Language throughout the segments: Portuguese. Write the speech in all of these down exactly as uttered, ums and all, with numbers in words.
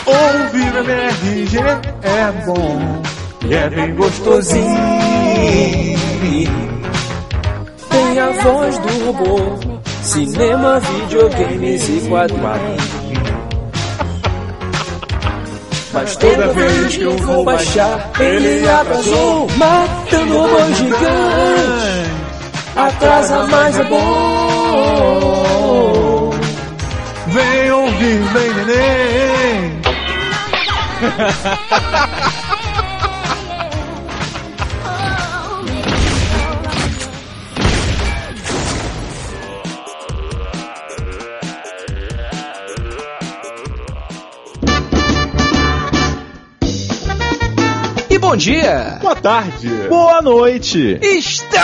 Ouvir M R G é bom e é bem gostosinho. Tem a voz do robô, cinema, videogames e quadrinhos. Mas toda vez que eu vou baixar, ele atrasou, matando robôs gigantes. Atrasa, mas é bom. Vem ouvir, vem neném. Bom dia! Boa tarde! Boa noite! Está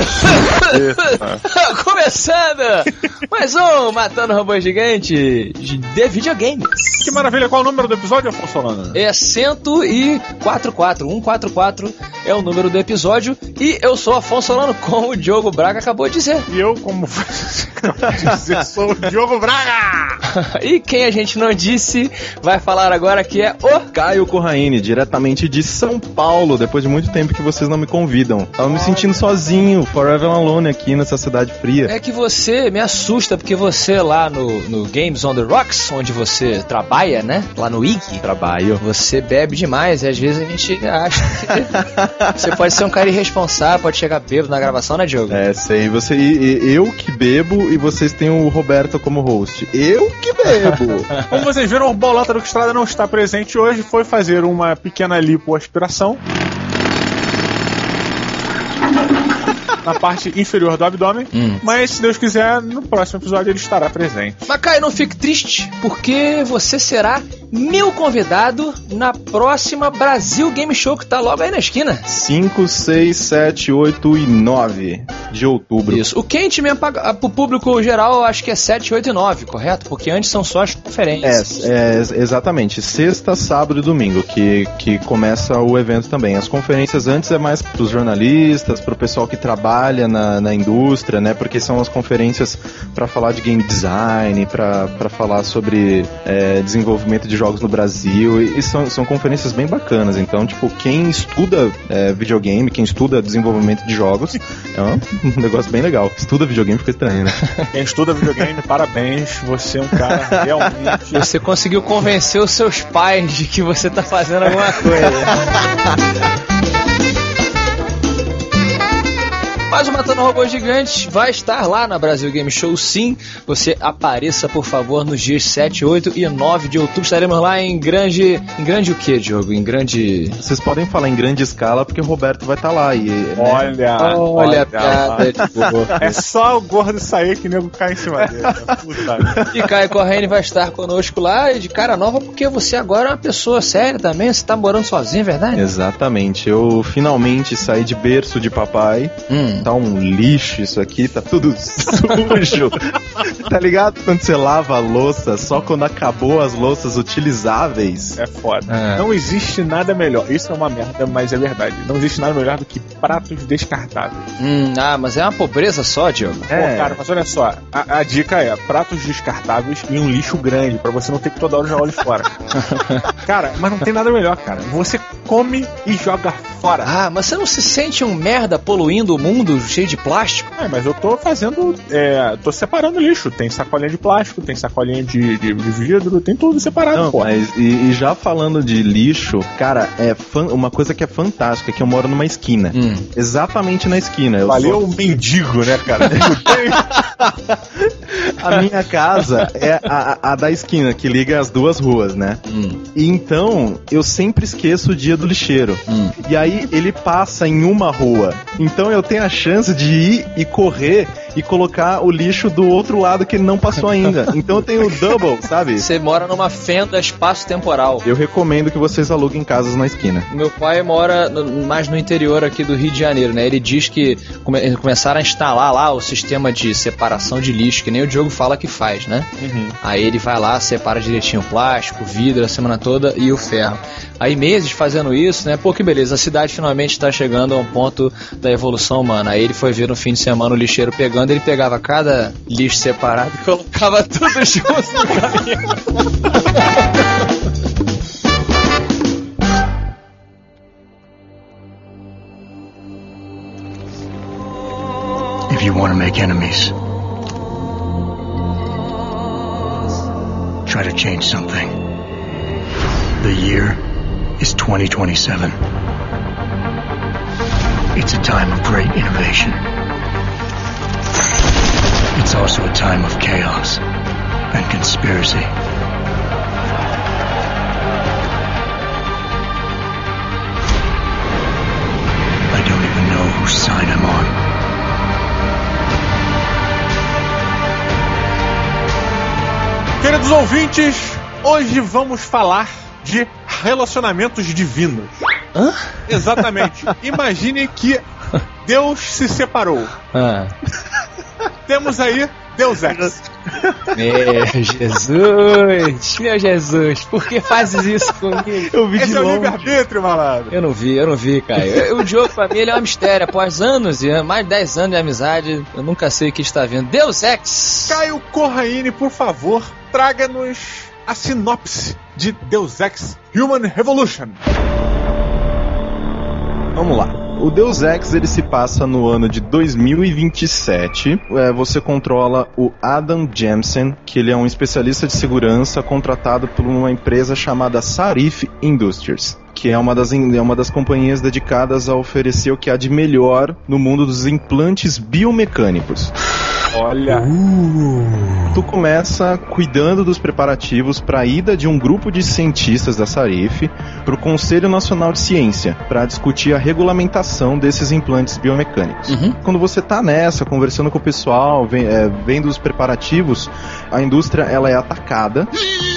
começando mais um Matando Robôs Gigantes de videogames. Que maravilha! Qual é o número do episódio, Afonso Solano? É cento e quarenta e quatro. cento e quarenta e quatro é o número do episódio. E eu sou Afonso Solano, como o Diogo Braga acabou de dizer. E eu, como dizer, sou o Diogo Braga! E quem a gente não disse vai falar agora que é o Caio Corraine, diretamente de São Paulo, depois de muito tempo que vocês não me convidam. Tava me sentindo sozinho, forever alone aqui nessa cidade fria. É que você me assusta, porque você lá no, no Games on the Rocks, onde você trabalha, né? Lá no I G. Trabalho. Você bebe demais e às vezes a gente acha que você pode ser um cara irresponsável, pode chegar bêbado na gravação, né, Diogo? É, sei. Você, e, e, eu que bebo e vocês têm o Roberto como host. Eu que bebo! Como vocês viram, o Bolota do Estrada não está presente hoje, foi fazer uma pequena lipoaspiração na parte inferior do abdômen, hum. Mas se Deus quiser, no próximo episódio ele estará presente. Mas Caio, não fique triste, porque você será meu convidado na próxima Brasil Game Show, que tá logo aí na esquina. cinco, seis, sete, oito e nove de outubro. Isso. O quente mesmo para o público geral, acho que é sete, oito e nove, correto? Porque antes são só as conferências. É, é exatamente. Sexta, sábado e domingo que, que começa o evento também. As conferências antes é mais pros jornalistas, pro pessoal que trabalha Na, na indústria, né? Porque são as conferências para falar de game design, para falar sobre é, desenvolvimento de jogos no Brasil, e, e são, são conferências bem bacanas. Então, tipo, quem estuda é, videogame, quem estuda desenvolvimento de jogos, é um, um negócio bem legal. Estuda videogame fica estranho, né? Quem estuda videogame, parabéns, você é um cara realmente... Você conseguiu convencer os seus pais de que você tá fazendo alguma coisa. Mas o Matando Robôs Gigantes vai estar lá na Brasil Game Show, sim. Você apareça, por favor, nos dias sete, oito e nove de outubro. Estaremos lá em grande... Em grande o quê, Diogo? Em grande... Vocês podem falar em grande escala, porque o Roberto vai estar lá. E, olha, né? olha, olha a piada. É só o gordo sair que o nego cai em cima dele. Puta. E Caio Corraine vai estar conosco lá, de cara nova, porque você agora é uma pessoa séria também. Você tá morando sozinho, é verdade? Exatamente. Eu finalmente saí de berço de papai. Hum. Tá um lixo isso aqui, tá tudo sujo. Tá ligado? Quando você lava a louça, só quando acabou as louças utilizáveis. É foda. É. Não existe nada melhor. Isso é uma merda, mas é verdade. Não existe nada melhor do que pratos descartáveis. Hum, ah, mas é uma pobreza só, Diogo. É. Pô, cara, mas olha só. A, a dica é pratos descartáveis e um lixo grande, pra você não ter que toda hora jogar eles fora. Cara, mas não tem nada melhor, cara. Você come e joga fora. Ah, mas você não se sente um merda poluindo o mundo cheio de plástico? É, mas eu tô fazendo, é, tô separando lixo. Tem sacolinha de plástico, tem sacolinha de, de, de vidro, tem tudo separado. Não, pô. Mas, e, e já falando de lixo, cara, é fan, uma coisa que é fantástica, é que eu moro numa esquina. Hum. Exatamente na esquina. Eu Valeu sou... o mendigo, né, cara? A minha casa é a, a da esquina, que liga as duas ruas, né? Hum. E então, eu sempre esqueço o dia do lixeiro. Hum. E aí, ele passa em uma rua. Então, eu tenho a chance de ir e correr e colocar o lixo do outro lado que ele não passou ainda. Então eu tenho o double, sabe? Você mora numa fenda espaço-temporal. Eu recomendo que vocês aluguem casas na esquina. Meu pai mora no, mais no interior aqui do Rio de Janeiro, né? Ele diz que come, começaram a instalar lá o sistema de separação de lixo, que nem o Diogo fala que faz, né? Uhum. Aí ele vai lá, separa direitinho o plástico, o vidro, a semana toda e o ferro. Aí meses fazendo isso, né? Pô, que beleza, a cidade finalmente está chegando a um ponto da evolução humana. Aí ele foi ver no fim de semana o lixeiro pegando, ele pegava cada lixo separado e colocava tudo junto no caminhão. want to make enemies. Try to change something. The year is twenty twenty-seven. It's a time of great innovation. It's also a time of chaos and conspiracy. I don't even know whose side I'm on. Queridos ouvintes, hoje vamos falar de relacionamentos divinos. Hã? Exatamente. Imagine que Deus se separou. Ah. Temos aí Deus Ex. Meu Jesus, meu Jesus, por que fazes isso comigo? Eu vi Esse de é o longe. livre-arbítrio, malandro. Eu não vi, eu não vi, cara. Eu- O Diogo, pra mim, ele é um mistério. Após anos e anos, mais de dez anos de amizade, eu nunca sei o que está vindo. Deus Ex! Caio Corraine, por favor, traga-nos a sinopse de Deus Ex Human Revolution. Vamos lá. O Deus Ex, ele se passa no ano de dois mil e vinte e sete. É, você controla o Adam Jensen, que ele é um especialista de segurança contratado por uma empresa chamada Sarif Industries, que é uma das, é uma das companhias dedicadas a oferecer o que há de melhor no mundo dos implantes biomecânicos. Olha. Tu começa cuidando dos preparativos para a ida de um grupo de cientistas da Sarif para o Conselho Nacional de Ciência para discutir a regulamentação desses implantes biomecânicos. Uhum. Quando você tá nessa, conversando com o pessoal, vem, é, vendo os preparativos, a indústria ela é atacada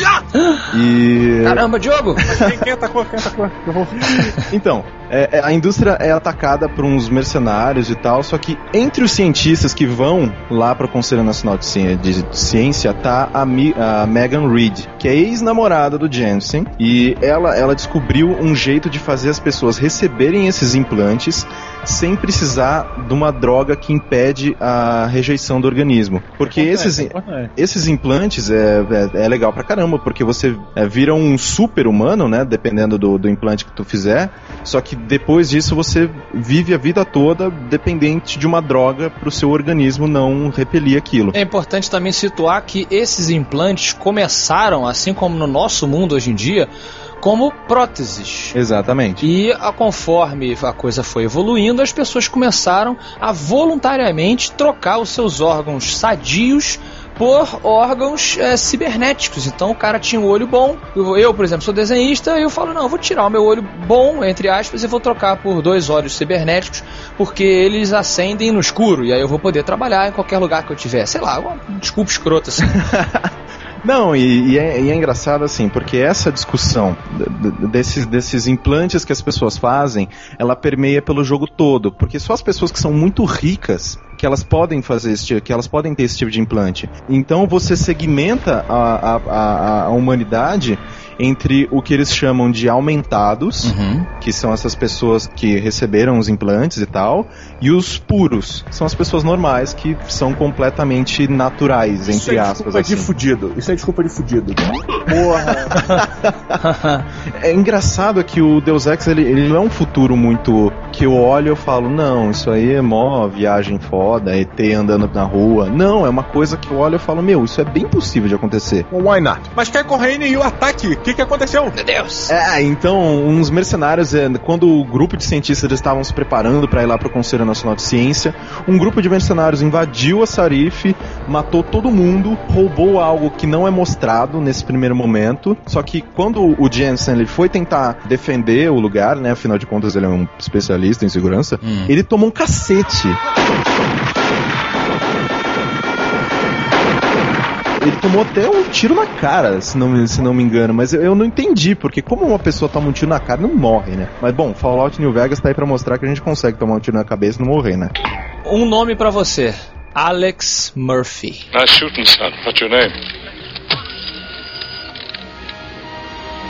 e... Caramba, Diogo! Quem, quem atacou? Quem atacou? Eu... Então, é, é, a indústria é atacada por uns mercenários e tal, só que entre os cientistas que vão lá para o Conselho Nacional de Ciência, de Ciência tá a, Mi, a Megan Reed, que é ex-namorada do Jensen, e ela, ela descobriu um jeito de fazer as pessoas receberem esses implantes sem precisar de uma droga que impede a rejeição do organismo. Porque esses, esses implantes é, é, é legal pra caramba, porque você é, vira um super humano, né, dependendo do, do implante que tu fizer, só que depois disso você vive a vida toda dependente de uma droga pro seu organismo não repelir aquilo. É importante também situar que esses implantes começaram, assim como no nosso mundo hoje em dia, como próteses. Exatamente. E a, conforme a coisa foi evoluindo, as pessoas começaram a voluntariamente trocar os seus órgãos sadios por órgãos é, cibernéticos. Então o cara tinha um olho bom. Eu, eu, por exemplo, sou desenhista e eu falo, não, eu vou tirar o meu olho bom, entre aspas, e vou trocar por dois olhos cibernéticos, porque eles acendem no escuro, e aí eu vou poder trabalhar em qualquer lugar que eu tiver. Sei lá, uma desculpa escrota assim. Não, e, e, é, e é engraçado assim, porque essa discussão d- d- desses, desses implantes que as pessoas fazem, ela permeia pelo jogo todo, porque só as pessoas que são muito ricas que elas podem fazer esse tipo, que elas podem ter esse tipo de implante. Então você segmenta a, a, a, a humanidade entre o que eles chamam de aumentados, Uhum. que são essas pessoas que receberam os implantes e tal, e os puros, são as pessoas normais que são completamente naturais, Isso entre é aspas. desculpa Assim. de fudido. Isso é desculpa de fudido. Porra. É engraçado que o Deus Ex, ele, ele não é um futuro muito que eu olho e eu falo, não, isso aí é mó viagem foda, E T andando na rua. Não, é uma coisa que eu olho e falo, meu, isso é bem possível de acontecer. Why not? Mas Caio Corraine e o ataque, o que, que aconteceu? Meu Deus! É, então, uns mercenários, é, quando o grupo de cientistas eles estavam se preparando para ir lá pro Conselho Nacional de Ciência, um grupo de mercenários invadiu a Sarif, matou todo mundo, roubou algo que não é mostrado nesse primeiro momento, só que quando o Jensen ele foi tentar defender o lugar, né, afinal de contas ele é um especialista em segurança, Hum. ele tomou um cacete. Ele tomou até um tiro na cara, se não, se não me engano, mas eu, eu não entendi, porque como uma pessoa toma um tiro na cara, não morre, né? Mas bom, Fallout New Vegas tá aí pra mostrar que a gente consegue tomar um tiro na cabeça e não morrer, né? Um nome pra você: Alex Murphy. Nice shooting, son. What's your name?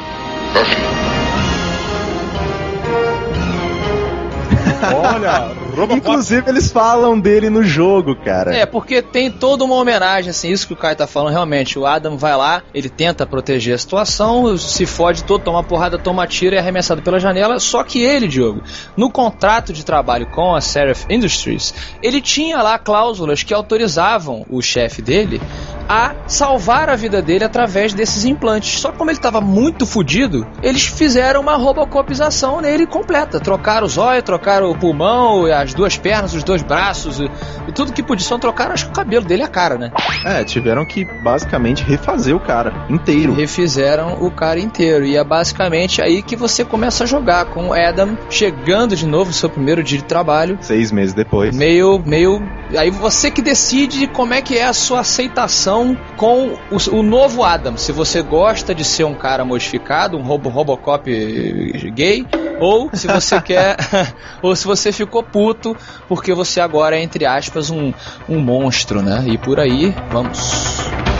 Murphy. Olha, Inclusive, eles falam dele no jogo, cara. É, porque tem toda uma homenagem, assim, isso que o Caio tá falando, realmente. O Adam vai lá, ele tenta proteger a situação, se fode todo, toma porrada, toma tiro e é arremessado pela janela. Só que ele, Diogo, no contrato de trabalho com a Seraph Industries, ele tinha lá cláusulas que autorizavam o chefe dele a salvar a vida dele através desses implantes. Só que como ele estava muito fodido, eles fizeram uma robocopização nele completa. Trocaram os olhos, trocaram o pulmão, as duas pernas, os dois braços e, e tudo que podia. Só trocaram, acho que o cabelo dele e a cara, né? É, tiveram que basicamente refazer o cara inteiro. Refizeram o cara inteiro. E é basicamente aí que você começa a jogar com o Adam chegando de novo no seu primeiro dia de trabalho. Seis meses depois. Meio, meio... Aí você que decide como é que é a sua aceitação com o, o novo Adam. Se você gosta de ser um cara modificado, um robo, Robocop gay, ou se você quer, ou se você ficou puto porque você agora é, entre aspas, um, um monstro, né? E por aí, vamos...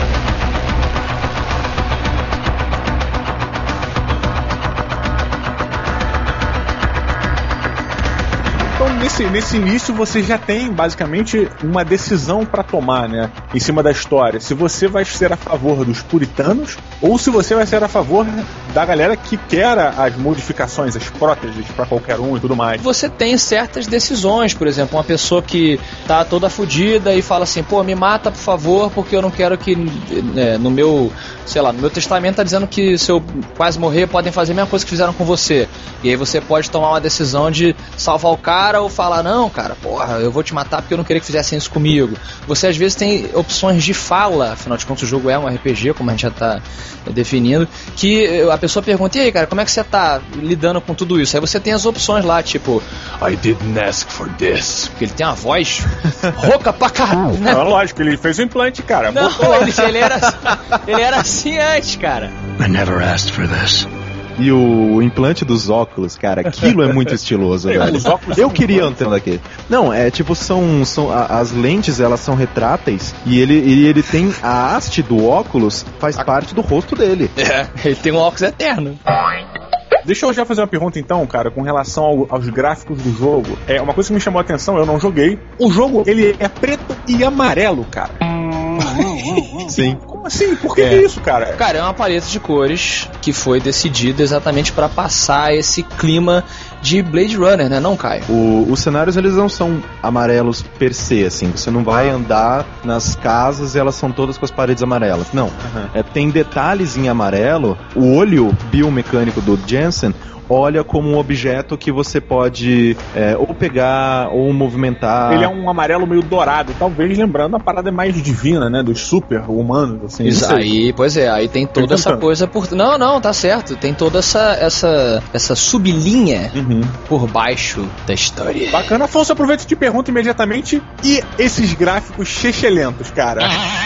Nesse, nesse início você já tem basicamente uma decisão pra tomar, né? Em cima da história. Se você vai ser a favor dos puritanos ou se você vai ser a favor da galera que quer as modificações, as próteses pra qualquer um e tudo mais. Você tem certas decisões, por exemplo, uma pessoa que tá toda fodida e fala assim, pô, me mata por favor, porque eu não quero que é, no meu, sei lá, no meu testamento tá dizendo que se eu quase morrer podem fazer a mesma coisa que fizeram com você. E aí você pode tomar uma decisão de salvar o cara ou falar, não, cara, porra, eu vou te matar porque eu não queria que fizessem isso comigo. Você às vezes tem opções de fala, afinal de contas o jogo é um R P G, como a gente já tá definindo, que a pessoa pergunta, e aí, cara, como é que você tá lidando com tudo isso? Aí você tem as opções lá, tipo, I didn't ask for this. Porque ele tem uma voz rouca pra caralho, né? Não, lógico, ele fez o implante, cara. Não, ele, ele, era, ele era assim antes, cara. I never asked for this. E o implante dos óculos, cara, aquilo é muito estiloso, é, velho. Os óculos eu queria um daquele. Não, é tipo, são, são a, as lentes, elas são retráteis e ele, ele, ele tem a haste do óculos, faz a... parte do rosto dele. É, ele tem um óculos eterno. Deixa eu já fazer uma pergunta então, cara, com relação ao, aos gráficos do jogo. É uma coisa que me chamou a atenção, eu não joguei. O jogo, ele é preto e amarelo, cara. Sim. Como assim? Por que, é. que é isso, cara? Cara, é uma paleta de cores que foi decidida exatamente pra passar esse clima de Blade Runner, né, não, Caio? O, os cenários, eles não são amarelos per se, assim. Você não vai andar nas casas e elas são todas com as paredes amarelas. Não. Uhum. É, tem detalhes em amarelo. O olho biomecânico do Jensen olha como um objeto que você pode é, ou pegar ou movimentar. Ele é um amarelo meio dourado, talvez lembrando a parada mais divina, né, dos super humanos, assim. Isso aí, pois é, aí tem toda essa coisa por... Não, não, tá certo, tem toda essa essa, essa sublinha uhum. por baixo da história. Bacana, Afonso, aproveita e te pergunto imediatamente, e esses gráficos chechelentos, cara?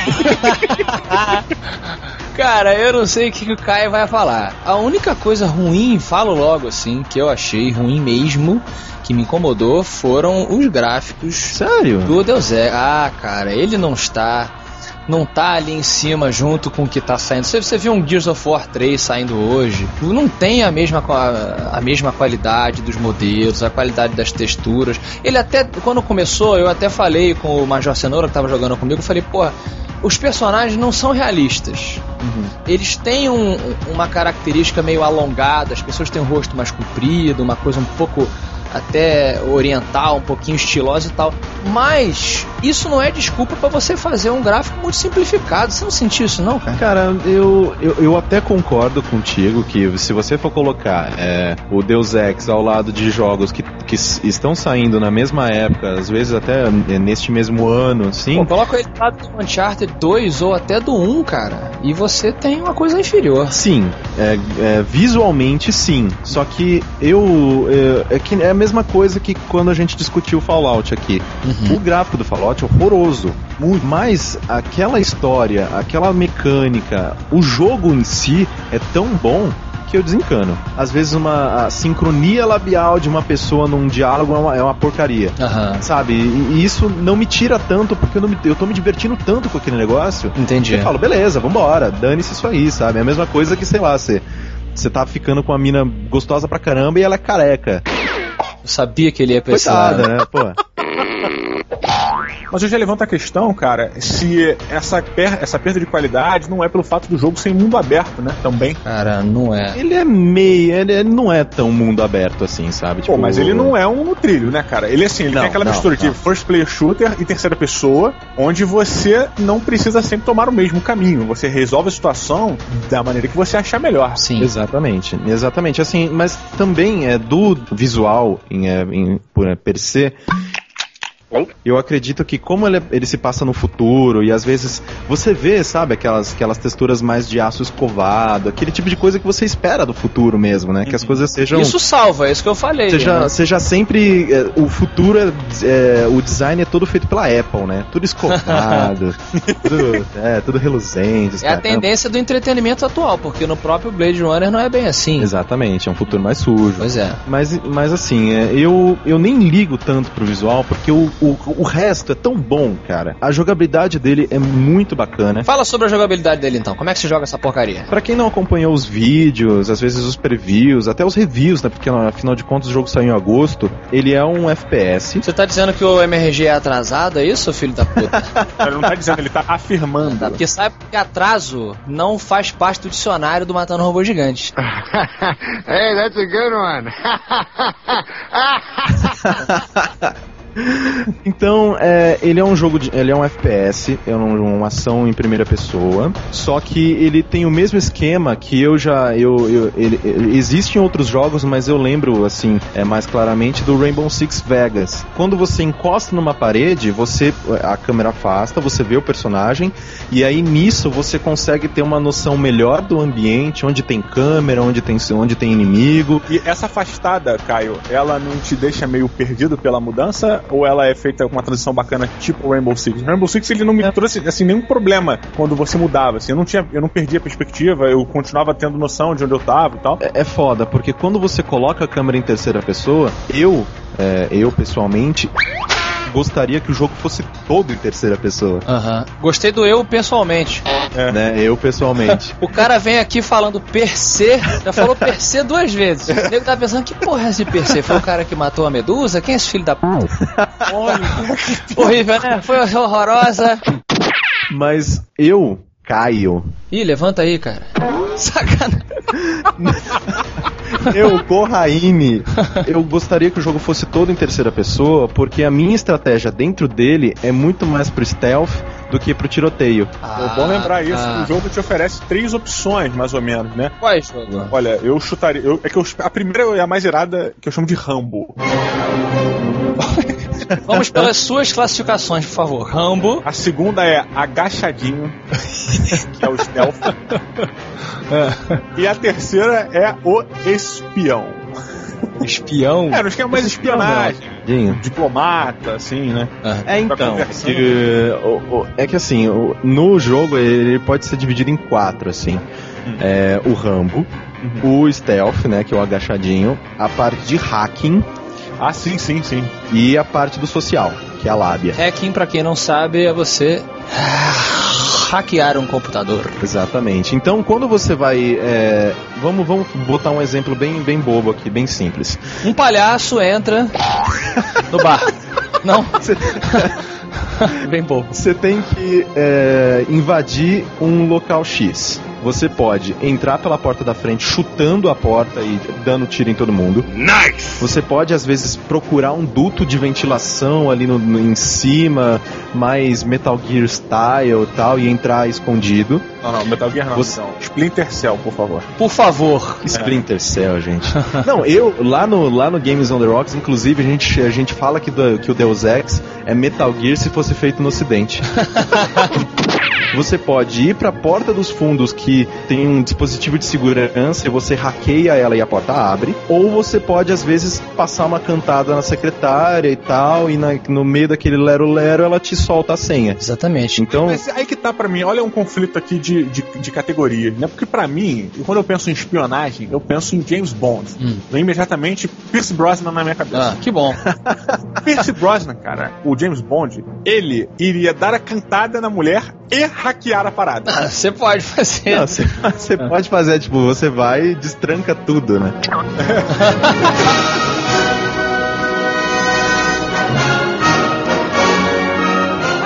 Cara, eu não sei o que, que o Caio vai falar. A única coisa ruim, falo logo assim, que eu achei ruim mesmo, que me incomodou, foram os gráficos. Sério? Do Deus Ex. Ah, cara, ele não está... Não tá ali em cima junto com o que tá saindo. Você, você viu um Gears of War três saindo hoje, não tem a mesma, a, a mesma qualidade dos modelos, a qualidade das texturas. Ele até, quando começou, eu até falei com o Major Cenoura que tava jogando comigo, eu falei, pô, os personagens não são realistas. Uhum. Eles têm um, uma característica meio alongada, as pessoas têm um rosto mais comprido, uma coisa um pouco até oriental, um pouquinho estilosa e tal. Mas isso não é desculpa pra você fazer um gráfico muito simplificado. Você não sentiu isso não, cara? Cara, eu, eu, eu até concordo contigo que se você for colocar é, o Deus Ex ao lado de jogos que, que estão saindo na mesma época, às vezes até neste mesmo ano, assim... Pô, coloca ele do lado do Uncharted dois ou até do um, cara, e você tem uma coisa inferior. Sim, é, é, visualmente sim, só que eu... É, é que é a mesma coisa que quando a gente discutiu o Fallout aqui. Uhum. O gráfico do Fallout é horroroso, mas aquela história, aquela mecânica, o jogo em si é tão bom que eu desencano. Às vezes uma a sincronia labial de uma pessoa num diálogo é uma, é uma porcaria, uhum. sabe? E, e isso não me tira tanto, porque eu, não me, eu tô me divertindo tanto com aquele negócio. Entendi. Eu falo, beleza, vambora, dane-se isso aí, sabe? É a mesma coisa que, sei lá, você, você tá ficando com uma mina gostosa pra caramba e ela é careca. Eu sabia que ele ia pensar. Coitada, né? Pô. Mas eu já levanto a questão, cara, se essa, per essa perda de qualidade não é pelo fato do jogo ser mundo aberto, né? Também. Cara, não é. Ele é meio. Ele não é tão mundo aberto assim, sabe? Pô, tipo... mas ele não é um no trilho, né, cara? Ele assim, ele não, tem aquela não, mistura não. de first player shooter e terceira pessoa, onde você não precisa sempre tomar o mesmo caminho. Você resolve a situação da maneira que você achar melhor. Sim. Exatamente. Exatamente. Assim, mas também é do visual em, em, por per se. Eu acredito que como ele, ele se passa no futuro e às vezes você vê, sabe, aquelas, aquelas texturas mais de aço escovado, aquele tipo de coisa que você espera do futuro mesmo, né? Que as coisas sejam... Isso salva, é isso que eu falei. Seja, né? seja sempre... É, o futuro, é, é, o design é todo feito pela Apple, né? Tudo escovado, tudo, é, tudo reluzente. É a tendência do entretenimento atual, porque no próprio Blade Runner não é bem assim. Exatamente, é um futuro mais sujo. Pois é. Mas, mas assim, é, eu, eu nem ligo tanto pro visual, porque o O, o resto é tão bom, cara. A jogabilidade dele é muito bacana. Fala sobre a jogabilidade dele então. Como é que se joga essa porcaria? Pra quem não acompanhou os vídeos, às vezes os previews, até os reviews, né? Porque afinal de contas o jogo saiu em agosto. Ele é um F P S. Você tá dizendo que o M R G é atrasado, é isso, filho da puta? Ele não tá dizendo, ele tá afirmando. Tá, porque sabe que atraso não faz parte do dicionário do Matando Robô Gigante. Hey, that's a good one. Então, é, ele é um jogo de, ele é um F P S, é um, uma ação em primeira pessoa, só que ele tem o mesmo esquema que eu já, eu, eu ele, ele, existe em outros jogos, mas eu lembro, assim, é, mais claramente do Rainbow Six Vegas. Quando você encosta numa parede, você, a câmera afasta, você vê o personagem, e aí nisso você consegue ter uma noção melhor do ambiente, onde tem câmera, onde tem, onde tem inimigo. E essa afastada, Caio, ela não te deixa meio perdido pela mudança? Ou ela é feita com uma transição bacana, tipo o Rainbow Six? O Rainbow Six ele não me é. trouxe assim, nenhum problema quando você mudava. Assim, eu, não tinha, eu não perdia a perspectiva, eu continuava tendo noção de onde eu tava e tal. É, é foda, porque quando você coloca a câmera em terceira pessoa, eu, é, eu pessoalmente... gostaria que o jogo fosse todo em terceira pessoa. Uhum. Gostei do eu pessoalmente. É. Né? Eu pessoalmente. O cara vem aqui falando per se, já falou per se duas vezes. O nego tá pensando, que porra é esse per se? Foi o cara que matou a Medusa? Quem é esse filho da puta? Olha, horrível, né? Foi horrorosa. Mas eu, Caio... Ih, levanta aí, cara. Sacanagem. Eu, Corraine, eu gostaria que o jogo fosse todo em terceira pessoa, porque a minha estratégia dentro dele é muito mais pro stealth do que pro tiroteio. Ah, é bom lembrar isso, ah. O jogo te oferece três opções, mais ou menos, né? Quais jogo? Olha, eu chutaria... Eu, é que eu, a primeira é a mais irada, que eu chamo de Rambo. Vamos pelas suas classificações, por favor. Rambo. A segunda é Agachadinho, que é o stealth. É. E a terceira é o Espião. Espião? É, não esquema mais espionagem. Espião, diplomata, assim, né? É, então. Que, o, o, é que assim, o, no jogo ele pode ser dividido em quatro, assim. Hum. É, o Rambo, uhum. o Stealth, né, que é o agachadinho, a parte de hacking. Ah, sim, sim, sim. E a parte do social, que é a lábia. Hacking, pra quem não sabe, é você hackear um computador. Exatamente. Então, quando você vai... É... Vamos, vamos botar um exemplo bem, bem bobo aqui, bem simples. Um palhaço entra no bar. Não? Você... Bem bobo. Você tem que é, invadir um local X. Você pode entrar pela porta da frente chutando a porta e dando tiro em todo mundo. Nice! Você pode, às vezes, procurar um duto de ventilação ali no, no, em cima, mais Metal Gear style e tal, e entrar escondido. Não, não, Metal Gear não. Você... não. Splinter Cell, por favor. Por favor. Splinter é. Cell, gente. Não, eu, lá no, lá no Games on the Rocks, inclusive, a gente, a gente fala que, do, que o Deus Ex é Metal Gear se fosse feito no Ocidente. Você pode ir para a porta dos fundos que tem um dispositivo de segurança e você hackeia ela e a porta abre, ou você pode às vezes passar uma cantada na secretária e tal, e na, no meio daquele lero-lero ela te solta a senha. Exatamente. Então, mas aí que tá pra mim, olha um conflito aqui de, de, de categorias, né? Porque pra mim, quando eu penso em espionagem, eu penso em James Bond. Hum. Vem imediatamente Pierce Brosnan na minha cabeça. Ah, que bom. Pierce Brosnan, cara, o James Bond, ele iria dar a cantada na mulher e hackear a parada. Você ah, pode fazer. Você ah. pode fazer, tipo, você vai e destranca tudo, né?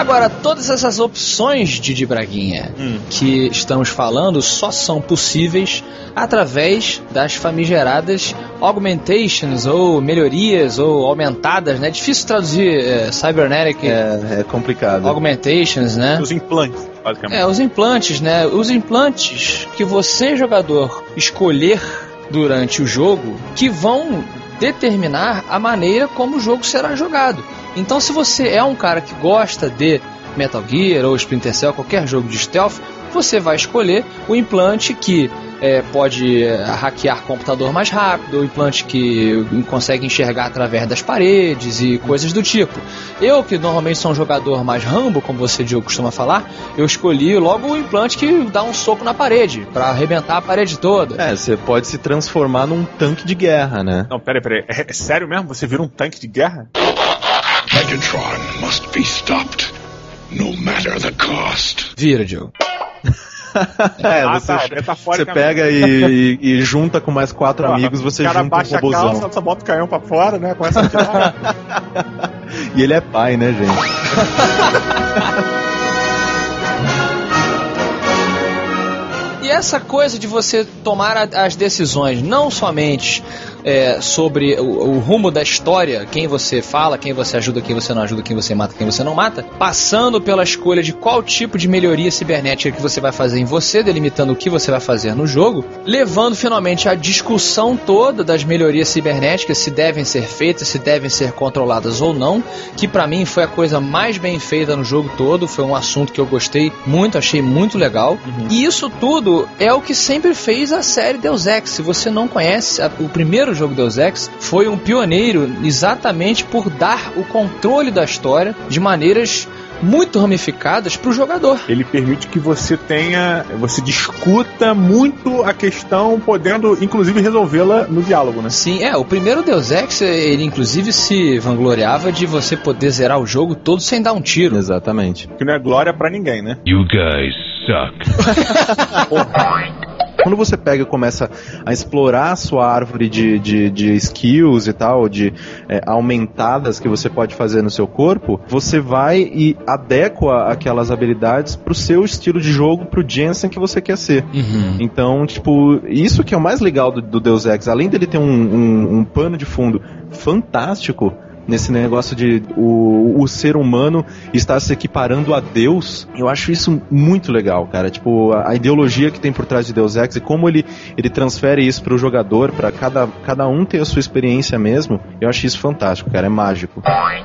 Agora, todas essas opções, Didi Braguinha, hum. que estamos falando, só são possíveis através das famigeradas augmentations, ou melhorias, ou aumentadas, né? Difícil traduzir é, cybernetic. É, é complicado. Augmentations, né? Os implantes, basicamente. É, os implantes, né? Os implantes que você, jogador, escolher durante o jogo, que vão determinar a maneira como o jogo será jogado. Então, se você é um cara que gosta de Metal Gear ou Splinter Cell, qualquer jogo de stealth, você vai escolher o implante que é, pode hackear computador mais rápido, o implante que consegue enxergar através das paredes e coisas do tipo. Eu, que normalmente sou um jogador mais Rambo, como você, Diogo, costuma falar, eu escolhi logo o implante que dá um soco na parede, pra arrebentar a parede toda. É, você pode se transformar num tanque de guerra, né? Não, peraí, peraí. É, é sério mesmo? Você vira um tanque de guerra? Megatron must be stopped, no matter the cost. Vira, Diogo. É, ah, você, tá, você pega e, e, e junta com mais quatro ah, amigos, você junta um robôzão. O cara baixa a calça, só bota o canhão pra fora, né? Começa a tirar. E ele é pai, né, gente? E essa coisa de você tomar a, as decisões, não somente é, sobre o, o rumo da história, quem você fala, quem você ajuda, quem você não ajuda, quem você mata, quem você não mata, passando pela escolha de qual tipo de melhoria cibernética que você vai fazer em você, delimitando o que você vai fazer no jogo, levando finalmente a discussão toda das melhorias cibernéticas, se devem ser feitas, se devem ser controladas ou não, que pra mim foi a coisa mais bem feita no jogo todo, foi um assunto que eu gostei muito, achei muito legal, uhum. E isso tudo é o que sempre fez a série Deus Ex. Se você não conhece, a, o primeiro jogo Deus Ex foi um pioneiro exatamente por dar o controle da história de maneiras muito ramificadas para o jogador. Ele permite que você tenha, você discuta muito a questão, podendo inclusive resolvê-la no diálogo, né? Sim, é, o primeiro Deus Ex, ele inclusive se vangloriava de você poder zerar o jogo todo sem dar um tiro. Exatamente. Que não é glória pra ninguém, né? You guys suck. Quando você pega e começa a explorar a sua árvore de, de, de skills e tal, de é, aumentadas que você pode fazer no seu corpo, você vai e adequa aquelas habilidades pro seu estilo de jogo, pro Jensen que você quer ser. Uhum. Então, tipo, isso que é o mais legal do, do Deus Ex, além dele ter um, um, um pano de fundo fantástico, nesse negócio de o, o ser humano estar se equiparando a Deus, eu acho isso muito legal, cara. Tipo, a, a ideologia que tem por trás de Deus Ex e como ele, ele transfere isso pro jogador, pra cada, cada um ter a sua experiência mesmo, eu acho isso fantástico, cara, é mágico.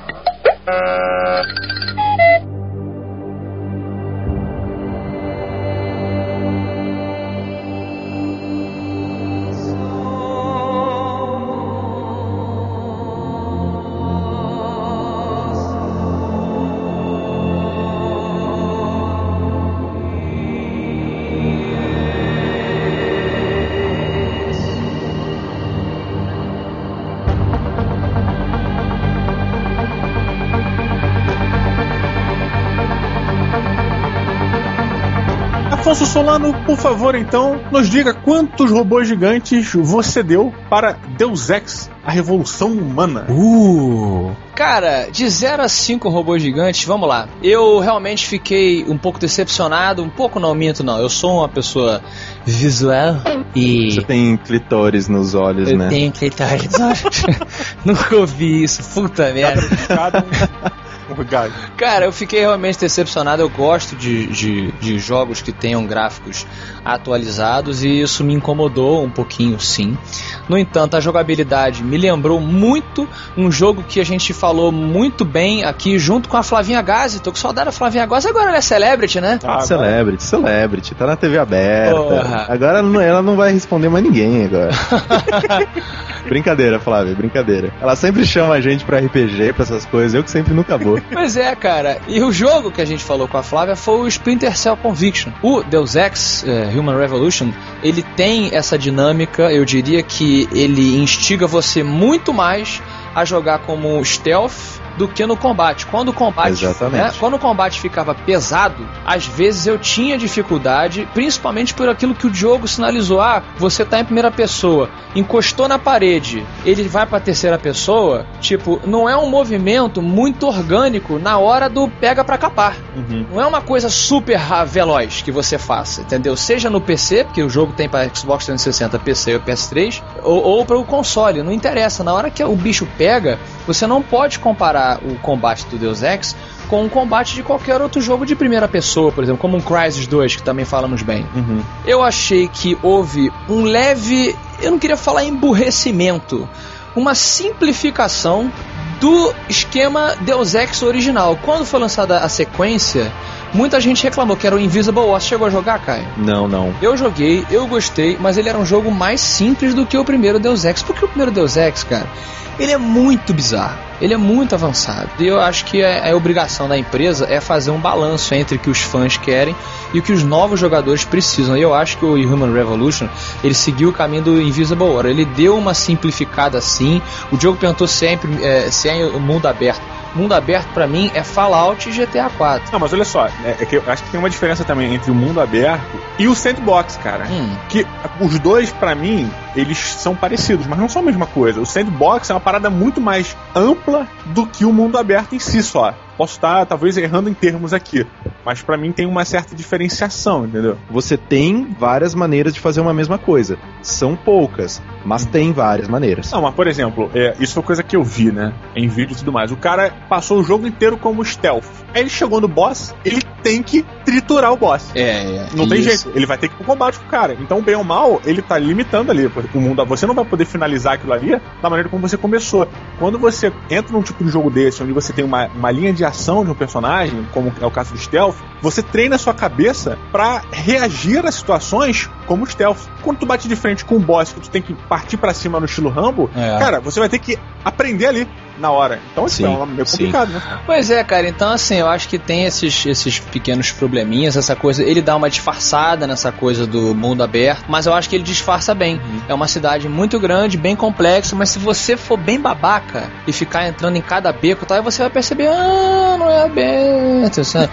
Afonso Solano, por favor, então, nos diga quantos robôs gigantes você deu para Deus Ex, a Revolução Humana. Uh! Cara, de zero a cinco robôs gigantes, vamos lá. Eu realmente fiquei um pouco decepcionado, um pouco não minto não. Eu sou uma pessoa visual e... Você tem clitóris nos olhos, eu né? Eu tenho clitóris nos olhos. Nunca ouvi isso, puta merda. Cara, eu fiquei realmente decepcionado. Eu gosto de, de, de jogos que tenham gráficos atualizados e isso me incomodou um pouquinho, sim. No entanto, a jogabilidade me lembrou muito um jogo que a gente falou muito bem aqui junto com a Flavinha Gazi. Tô com saudade da Flavinha Gazi. Agora ela é Celebrity, né? Ah, celebrity, Celebrity. Tá na T V aberta. Porra. Agora ela não vai responder mais ninguém agora. Brincadeira, Flávia, brincadeira. Ela sempre chama a gente pra R P G, pra essas coisas. Eu que sempre nunca vou. Pois é, cara. E o jogo que a gente falou com a Flávia foi o Splinter Cell Conviction. O Deus Ex, uh, Human Revolution, ele tem essa dinâmica, eu diria que ele instiga você muito mais a jogar como stealth do que no combate. Quando o combate, Exatamente. né, quando o combate ficava pesado, às vezes eu tinha dificuldade, principalmente por aquilo que o jogo sinalizou. Ah, você tá em primeira pessoa, encostou na parede, ele vai pra terceira pessoa, tipo, não é um movimento muito orgânico na hora do pega pra capar. Uhum. Não é uma coisa super veloz que você faça, entendeu? Seja no P C, porque o jogo tem pra Xbox trezentos e sessenta, P C e P S três, ou, ou para o console, não interessa. Na hora que o bicho pega, você não pode comparar o combate do Deus Ex com o combate de qualquer outro jogo de primeira pessoa, por exemplo, como um Crysis dois, que também falamos bem. Uhum. Eu achei que houve um leve, eu não queria falar emburrecimento, uma simplificação do esquema Deus Ex original. Quando foi lançada a sequência, muita gente reclamou que era o Invisible War. Você chegou a jogar, Caio? Não, não. Eu joguei, eu gostei, mas ele era um jogo mais simples do que o primeiro Deus Ex. Porque o primeiro Deus Ex, cara, ele é muito bizarro, ele é muito avançado. E eu acho que a, a obrigação da empresa é fazer um balanço entre o que os fãs querem e o que os novos jogadores precisam. E eu acho que o Human Revolution, ele seguiu o caminho do Invisible War. Ele deu uma simplificada assim. O jogo perguntou sempre é, se é mundo aberto. Mundo aberto pra mim é Fallout e G T A quatro. Não, mas olha só, é, é que eu acho que tem uma diferença também entre o mundo aberto e o sandbox, cara. Hum. Que os dois, pra mim, eles são parecidos, mas não são a mesma coisa. O sandbox é uma parada muito mais ampla do que o mundo aberto em si só. Posso estar, talvez, errando em termos aqui, mas pra mim tem uma certa diferenciação, entendeu? Você tem várias maneiras de fazer uma mesma coisa. São poucas, mas tem várias maneiras. Não, mas por exemplo, é, isso foi coisa que eu vi, né? Em vídeo e tudo mais. O cara passou o jogo inteiro como stealth. Aí ele chegou no boss, ele tem que triturar o boss. É, é. Não tem jeito. Ele vai ter que ir pro combate com o cara. Então, bem ou mal, ele tá limitando ali o mundo. Você não vai poder finalizar aquilo ali da maneira como você começou. Quando você entra num tipo de jogo desse, onde você tem uma, uma linha de ação de um personagem, como é o caso do stealth, você treina a sua cabeça pra reagir a situações como stealth. Quando tu bate de frente com um boss que tu tem que partir pra cima no estilo Rambo, é. cara, você vai ter que aprender ali na hora. Então isso é meio complicado, sim. né? Pois é, cara, então assim, eu acho que tem esses, esses pequenos probleminhas, essa coisa, ele dá uma disfarçada nessa coisa do mundo aberto, mas eu acho que ele disfarça bem. Uhum. É uma cidade muito grande, bem complexa, mas se você for bem babaca e ficar entrando em cada beco e tal, aí você vai perceber, ah, não é aberto, sabe?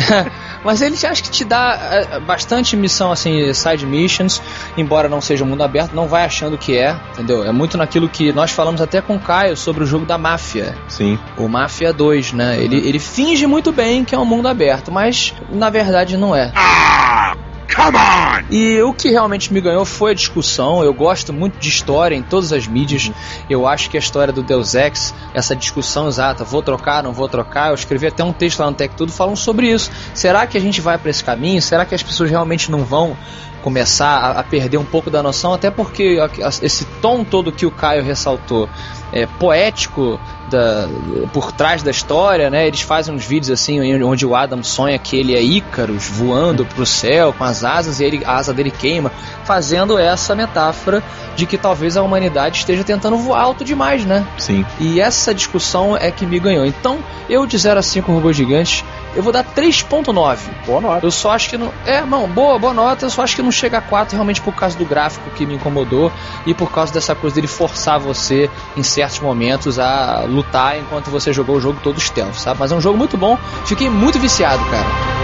Mas ele acho que te dá bastante missão, assim, side missions, embora não seja um mundo aberto, não vai achando que é, entendeu? É muito naquilo que nós falamos até com o Caio sobre o jogo da Máfia. Sim. O Máfia dois, né? Ele, ele finge muito bem que é um mundo aberto, mas na verdade não é. Ah! Come on! E o que realmente me ganhou foi a discussão. Eu gosto muito de história em todas as mídias. Uhum. Eu acho que a história do Deus Ex, essa discussão exata, vou trocar, não vou trocar, eu escrevi até um texto lá no Tech Tudo falando sobre isso. Será que a gente vai para esse caminho? Será que as pessoas realmente não vão começar a, a perder um pouco da noção? Até porque a, a, esse tom todo que o Caio ressaltou é poético da, por trás da história, né? Eles fazem uns vídeos assim onde o Adam sonha que ele é Ícaros voando pro céu com as asas e ele, a asa dele queima, fazendo essa metáfora de que talvez a humanidade esteja tentando voar alto demais, né? Sim. E essa discussão é que me ganhou. Então, eu de zero a cinco robôs gigantes, eu vou dar três ponto nove. Boa nota. Eu só acho que não... É, não, boa, boa nota. Eu só acho que não chega a quatro realmente por causa do gráfico que me incomodou e por causa dessa coisa dele forçar você em certos momentos a lutar enquanto você jogou o jogo todo stealth, sabe? Mas é um jogo muito bom. Fiquei muito viciado, cara.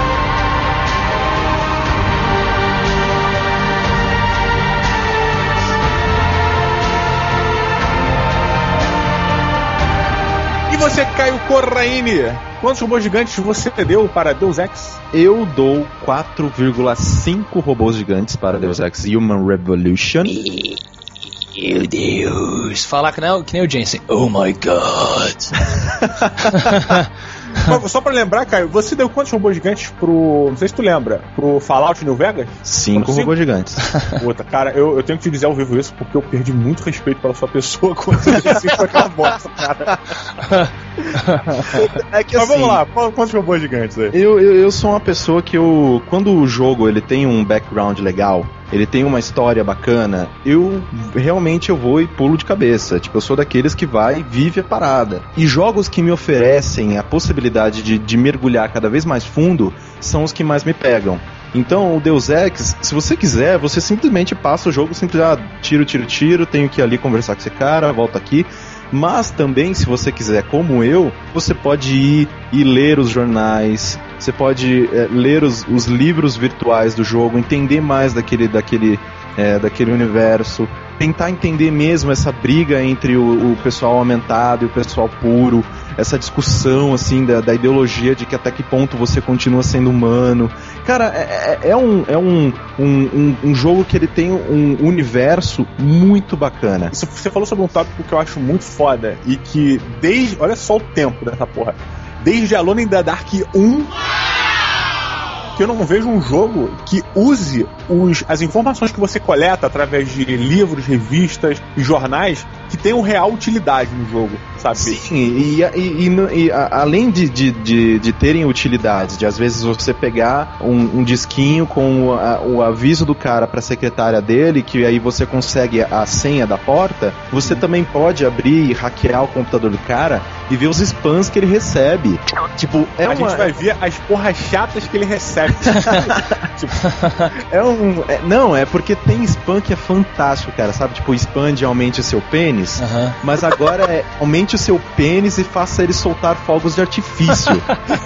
E você, Caio Corraine, quantos robôs gigantes você deu para Deus Ex? Eu dou quatro vírgula cinco robôs gigantes para Deus Ex Human Revolution. Meu Deus. Falar que nem, que nem o Jensen. Oh my God. Só pra lembrar, Caio, você deu quantos robôs gigantes pro... Não sei se tu lembra. Pro Fallout New Vegas? Cinco robôs gigantes. Puta, cara, eu, eu tenho que te dizer ao vivo isso porque eu perdi muito respeito pela sua pessoa quando você disse assim com aquela bosta, cara. É que Mas assim, vamos lá, quantos robôs gigantes aí? Eu, eu, eu sou uma pessoa que eu... Quando o jogo ele tem um background legal, ele tem uma história bacana, eu realmente eu vou e pulo de cabeça. Tipo, eu sou daqueles que vai e vive a parada. E jogos que me oferecem a possibilidade de, de mergulhar cada vez mais fundo são os que mais me pegam. Então, o Deus Ex, se você quiser, você simplesmente passa o jogo, simplesmente, ah, tiro, tiro, tiro, tenho que ir ali conversar com esse cara, volta aqui. Mas também, se você quiser, como eu, você pode ir e ler os jornais, você pode é, ler os, os livros virtuais do jogo, entender mais daquele, daquele, é, daquele universo, tentar entender mesmo essa briga entre o, o pessoal aumentado e o pessoal puro, essa discussão assim da, da ideologia de que até que ponto você continua sendo humano. Cara, é, é, um, é um, um, um, um jogo que ele tem um universo muito bacana. Você falou sobre um tópico que eu acho muito foda e que desde... Olha só o tempo dessa porra. Desde Alone in the Dark um... que eu não vejo um jogo que use os, as informações que você coleta através de livros, revistas e jornais que tenham real utilidade no jogo, sabe? Sim, e, e, e, e a, além de, de, de, de terem utilidades, de às vezes você pegar um, um disquinho com a, o aviso do cara pra secretária dele, que aí você consegue a senha da porta, você hum. também pode abrir e hackear o computador do cara e ver os spams que ele recebe. Tipo, é a uma... gente vai ver as porras chatas que ele recebe. Tipo, é um... É, não, é porque tem spam que é fantástico, cara, sabe? Tipo, spam de aumente o seu pênis, uhum. Mas agora é aumente o seu pênis e faça ele soltar fogos de artifício.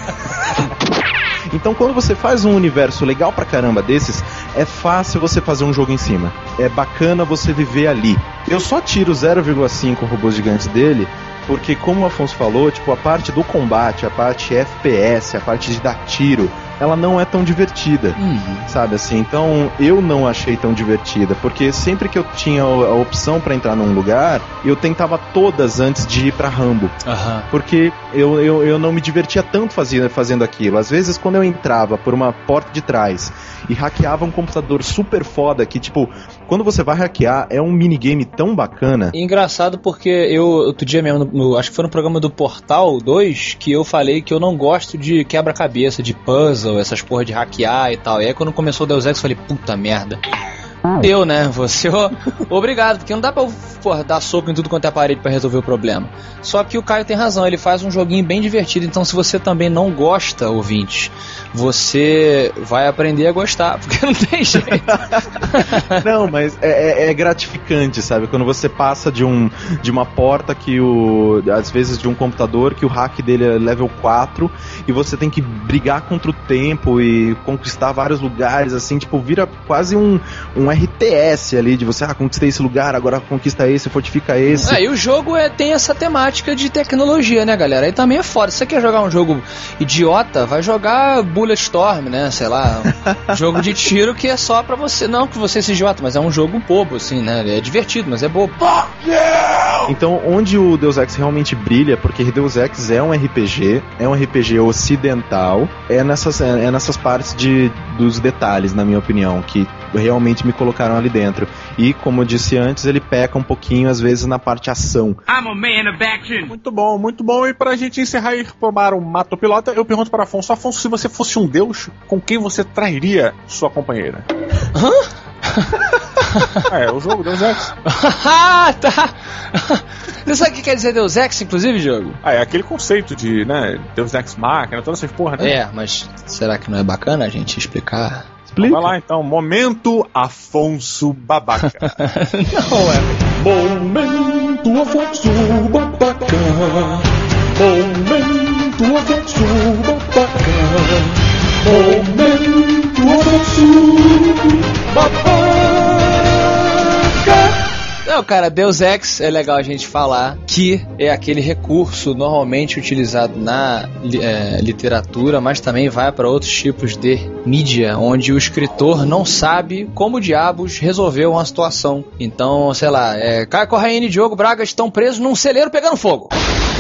Então, quando você faz um universo legal pra caramba desses, é fácil você fazer um jogo em cima. É bacana você viver ali. Eu só tiro zero vírgula cinco robôs gigantes dele porque, como o Afonso falou, tipo, a parte do combate, a parte F P S, a parte de dar tiro, ela não é tão divertida, uhum. sabe assim? Então, eu não achei tão divertida, porque sempre que eu tinha a opção pra entrar num lugar, eu tentava todas antes de ir pra Rambo. Uhum. Porque eu, eu, eu não me divertia tanto fazendo, fazendo aquilo. Às vezes, quando eu entrava por uma porta de trás e hackeava um computador super foda, que, tipo, quando você vai hackear, é um minigame tão bacana. Engraçado porque eu, outro dia mesmo, no, no, acho que foi no programa do Portal dois, que eu falei que eu não gosto de quebra-cabeça, de puzzle, essas porra de hackear e tal. E aí quando começou o Deus Ex, eu falei, puta merda. Eu, né? Você, ó, obrigado, porque não dá pra porra, dar soco em tudo quanto é parede pra resolver o problema. Só que o Caio tem razão, ele faz um joguinho bem divertido, então se você também não gosta, ouvinte, você vai aprender a gostar, porque não tem jeito. Não, mas é, é, é gratificante, sabe? Quando você passa de, um, de uma porta que o... às vezes de um computador que o hack dele é level quatro e você tem que brigar contra o tempo e conquistar vários lugares, assim, tipo, vira quase um, um R T S ali, de você, ah, conquistei esse lugar, agora conquista esse, fortifica esse. É, e o jogo é, tem essa temática de tecnologia, né, galera? Aí também é foda. Se você quer jogar um jogo idiota, vai jogar Bulletstorm, né? Sei lá, um jogo de tiro que é só pra você. Não que você seja idiota, mas é um jogo bobo, assim, né? É divertido, mas é bobo. Então, onde o Deus Ex realmente brilha, porque Deus Ex é um R P G, é um R P G ocidental, é nessas, é, é nessas partes de, dos detalhes, na minha opinião, que realmente me colocaram ali dentro. E, como eu disse antes, ele peca um pouquinho, às vezes, na parte ação. I'm a man of action. Muito bom, muito bom. E pra gente encerrar e tomar o Mato Pilota, eu pergunto para Afonso. Afonso, se você fosse um deus, com quem você trairia sua companheira? Hã? É, o jogo Deus Ex. Ah, tá. Você sabe o que quer dizer Deus Ex, inclusive, jogo? Ah, é aquele conceito de, né, Deus Ex Machina, todas essas porra, né? É, mas será que não é bacana a gente explicar? Explica. Vai lá, então. Momento Afonso Babaca. Não é. Momento Afonso Babaca. Momento Afonso Babaca. Momento Afonso Babaca. Não, cara, Deus Ex é legal a gente falar que é aquele recurso normalmente utilizado na é, literatura, mas também vai para outros tipos de mídia, onde o escritor não sabe como diabos resolveu uma situação. Então, sei lá, é, Caio Corraine e Diogo Braga estão presos num celeiro pegando fogo.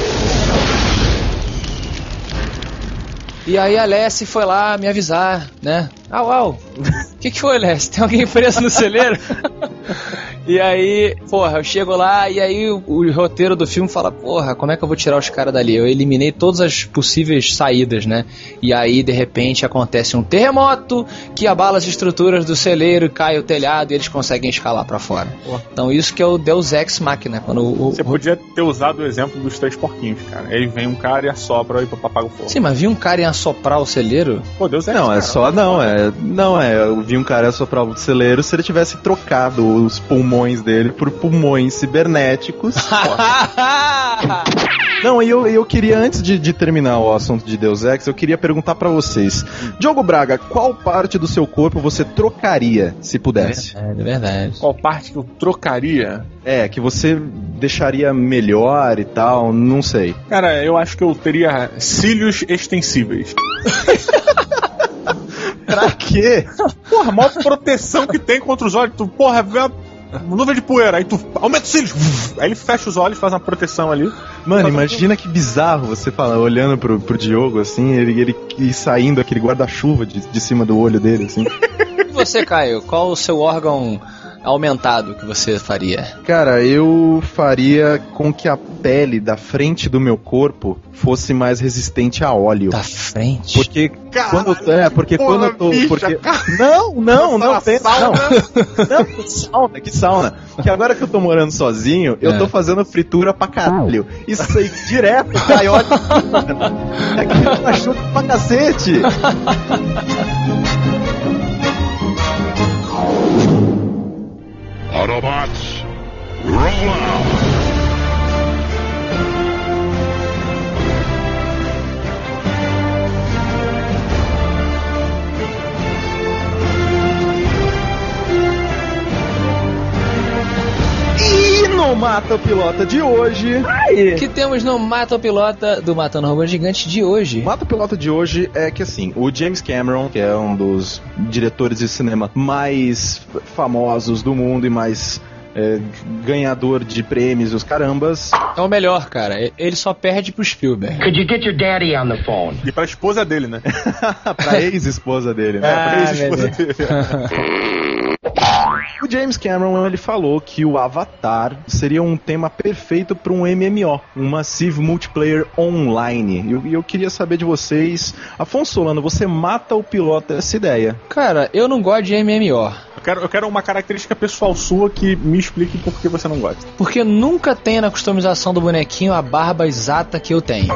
E aí a Lessie foi lá me avisar, né? Au, au. O que, que foi, Lessie? Tem alguém preso no celeiro? E aí, porra, eu chego lá e aí o, o roteiro do filme fala, porra, como é que eu vou tirar os caras dali? Eu eliminei todas as possíveis saídas, né? E aí, de repente, acontece um terremoto que abala as estruturas do celeiro, cai o telhado e eles conseguem escalar pra fora. Porra. Então isso que é o Deus Ex Machina. Quando o, Você o... podia ter usado o exemplo dos três porquinhos, cara. Aí vem um cara e assopra e apaga o fogo. Sim, mas vi um cara e assoprar o celeiro? Pô, Deus Ex, Não, cara, é só, não, é, não, é, eu vi um cara assoprar o celeiro se ele tivesse trocado os pulmões pulmões dele por pulmões cibernéticos. Não, e eu, eu queria, antes de, de terminar o assunto de Deus Ex, eu queria perguntar pra vocês. Diogo Braga, qual parte do seu corpo você trocaria, se pudesse? É verdade, é verdade. Qual parte que eu trocaria? É, que você deixaria melhor e tal, não sei. Cara, eu acho que eu teria cílios extensíveis. Pra quê? Porra, a maior proteção que tem contra os olhos. Tu, porra, vê uma nuvem de poeira, aí tu aumenta os cílios. Aí ele fecha os olhos, faz uma proteção ali. Mano, imagina que bizarro você fala, olhando pro, pro Diogo, assim, ele, ele e saindo aquele guarda-chuva de, de cima do olho dele, assim. E você, Caio, qual o seu órgão aumentado que você faria? Cara, eu faria com que a pele da frente do meu corpo fosse mais resistente a óleo. Da frente? Porque Caralho, quando é, porque porra, quando eu tô, bicha, porque cara. não, não, não tem, sauna. não. Não, que sauna, que sauna. Porque agora que eu tô morando sozinho, eu É. tô fazendo fritura pra caralho. Isso aí direto cai óleo. Aqui machuca pra cacete. Autobots, roll out! E no Mata o Pilota de hoje... O que temos no Mata o Pilota do Matando Robô Gigante de hoje? O Mata o Pilota de hoje é que, assim, o James Cameron, que é um dos diretores de cinema mais famosos do mundo e mais é, ganhador de prêmios e os carambas... É o melhor, cara. Ele só perde pro Spielberg. Could you get your daddy on the phone? E pra esposa dele, né? pra ex-esposa dele, né? É, pra Ah, ex-esposa meu Deus. dele. O James Cameron, ele falou que o Avatar seria um tema perfeito para um M M O, um Massive Multiplayer Online. E eu, eu queria saber de vocês, Afonso Solano, você mata ou pilota essa ideia? Cara, eu não gosto de M M O. Eu quero, eu quero uma característica pessoal sua que me explique por que você não gosta. Porque nunca tem na customização do bonequinho a barba exata que eu tenho.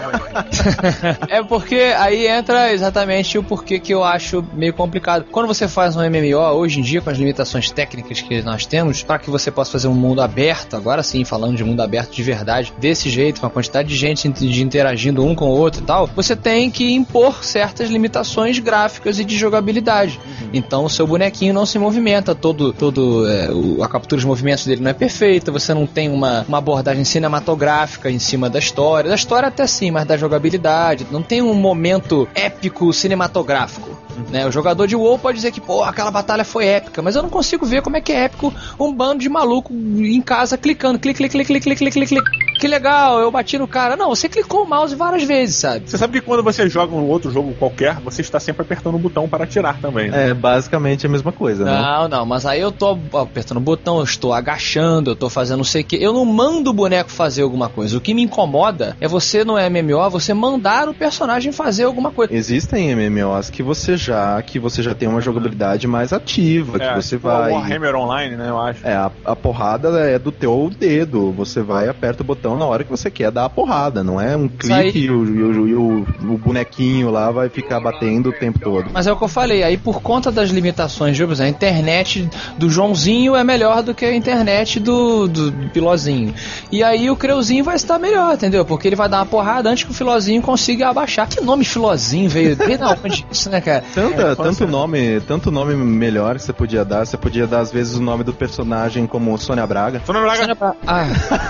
É porque aí entra exatamente o porquê que eu acho meio complicado. Quando você faz um M M O, hoje em dia, com as limitações técnicas que nós temos, para que você possa fazer um mundo aberto, agora sim, falando de mundo aberto de verdade, desse jeito, com a quantidade de gente de interagindo um com o outro e tal, você tem que impor certas limitações gráficas e de jogabilidade. Uhum. Então o seu bonequinho não se movimenta, todo, todo é, o, a captura de movimentos dele não é perfeita, você não tem uma, uma abordagem cinematográfica em cima da história, da história até sim, mas da jogabilidade, não tem um momento épico cinematográfico. Uhum. Né? O jogador de WoW pode dizer que, pô, aquela batalha foi épica, mas eu não consigo ver como é que é épico um bando de maluco em casa clicando, clique, clique, clique, clique, clique, clique, clique. Que legal, eu bati no cara. Não, você clicou o mouse várias vezes, sabe? Você sabe que quando você joga um outro jogo qualquer, você está sempre apertando o botão para atirar também, né? É, basicamente a mesma coisa, né? Não, não, mas aí eu tô apertando o botão, eu estou agachando, eu tô fazendo não sei o que. Eu não mando o boneco fazer alguma coisa. O que me incomoda é você no M M O, você mandar o personagem fazer alguma coisa. Existem M M Os que você já, que você já tem uma jogabilidade mais ativa, É, que você tipo vai... o Warhammer Online, né, eu acho. É, a, a porrada é do teu dedo. Você vai, aperta o botão na hora que você quer dar a porrada. Não é um clique aí... e, o, e, o, e o, o bonequinho lá vai ficar batendo o tempo todo. Mas é o que eu falei, aí por conta das limitações, por exemplo, a internet do Joãozinho é melhor do que a internet do, do, do Pilozinho. E aí o Creuzinho vai estar melhor, entendeu? Porque ele vai dar uma porrada antes que o Filozinho consiga abaixar. Que nome Filozinho veio? Veio da onde isso, né, cara? Tanta, É, tanto, nome, tanto nome melhor que você podia dar. Você podia dar, às vezes, o nome do personagem como Sônia Braga. Sônia Braga. Sônia Braga. Ah.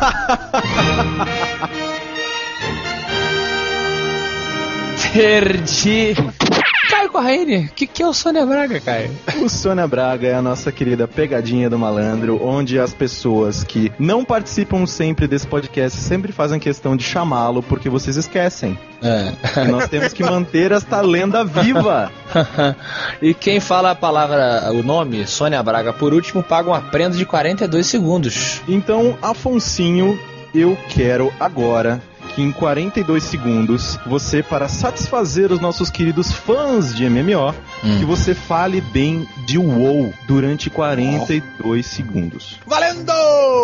Perdi. Caio Corraine, o que, que é o Sônia Braga, Caio? O Sônia Braga é a nossa querida pegadinha do malandro, onde as pessoas que não participam sempre desse podcast sempre fazem questão de chamá-lo porque vocês esquecem. É. E nós temos que manter esta lenda viva. E quem fala a palavra, o nome, Sônia Braga, por último, paga uma prenda de quarenta e dois segundos. Então, Afonsinho, eu quero agora que em quarenta e dois segundos, você, para satisfazer os nossos queridos fãs de M M O, hum. que você fale bem de WoW durante quarenta e dois segundos. Valendo!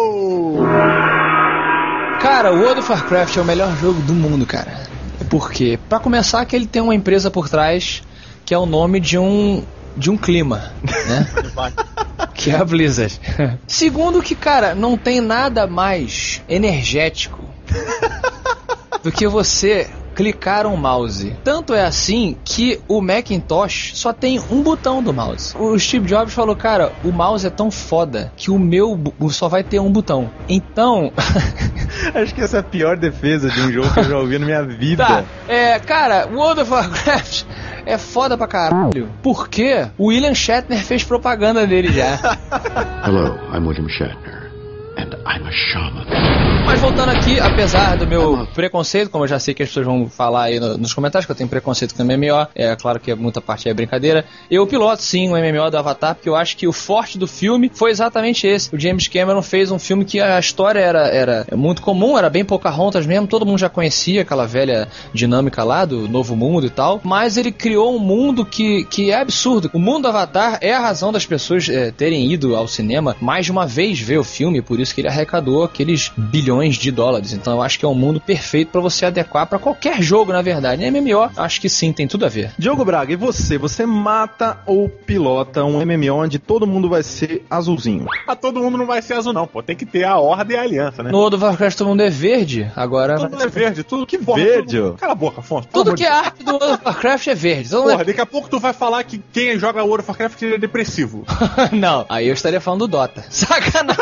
Cara, o World of Warcraft é o melhor jogo do mundo, cara. Por quê? Pra começar, que ele tem uma empresa por trás que é o nome de um de um clima, né? que Que é a Blizzard. Segundo que, cara, não tem nada mais energético do que você clicar um mouse. Tanto é assim que o Macintosh só tem um botão do mouse. O Steve Jobs falou, cara, o mouse é tão foda que o meu bu- só vai ter um botão. Então... Acho que essa é a pior defesa de um jogo que eu já ouvi na minha vida. Tá, é, cara, World of Warcraft é foda pra caralho, porque o William Shatner fez propaganda dele já. Hello, I'm William Shatner, and I'm a shaman. Mas voltando aqui, apesar do meu preconceito, como eu já sei que as pessoas vão falar aí no, nos comentários, que eu tenho preconceito com o M M O, é claro que muita parte é brincadeira, eu piloto sim o M M O do Avatar, porque eu acho que o forte do filme foi exatamente esse. O James Cameron fez um filme que a história era, era muito comum, era bem Pocahontas mesmo, todo mundo já conhecia aquela velha dinâmica lá do Novo Mundo e tal, mas ele criou um mundo que, que é absurdo. O mundo do Avatar é a razão das pessoas é, terem ido ao cinema mais de uma vez ver o filme, por isso que ele arrecadou aqueles bilhões de dólares. Então eu acho que é um mundo perfeito pra você adequar pra qualquer jogo, na verdade. M M O, acho que sim, tem tudo a ver. Diogo Braga, e você? Você mata ou pilota um M M O onde todo mundo vai ser azulzinho? Ah, todo mundo não vai ser azul não, pô. Tem que ter a Horda e a Aliança, né? No World of Warcraft todo mundo é verde, agora... Todo mundo é verde, tudo que porra, verde? Tudo... Cala a boca, Afonso. Tudo que é arte do World of Warcraft é verde. Todo Porra, é... daqui a pouco tu vai falar que quem joga World of Warcraft é depressivo. Não, aí eu estaria falando do Dota. Sacanagem.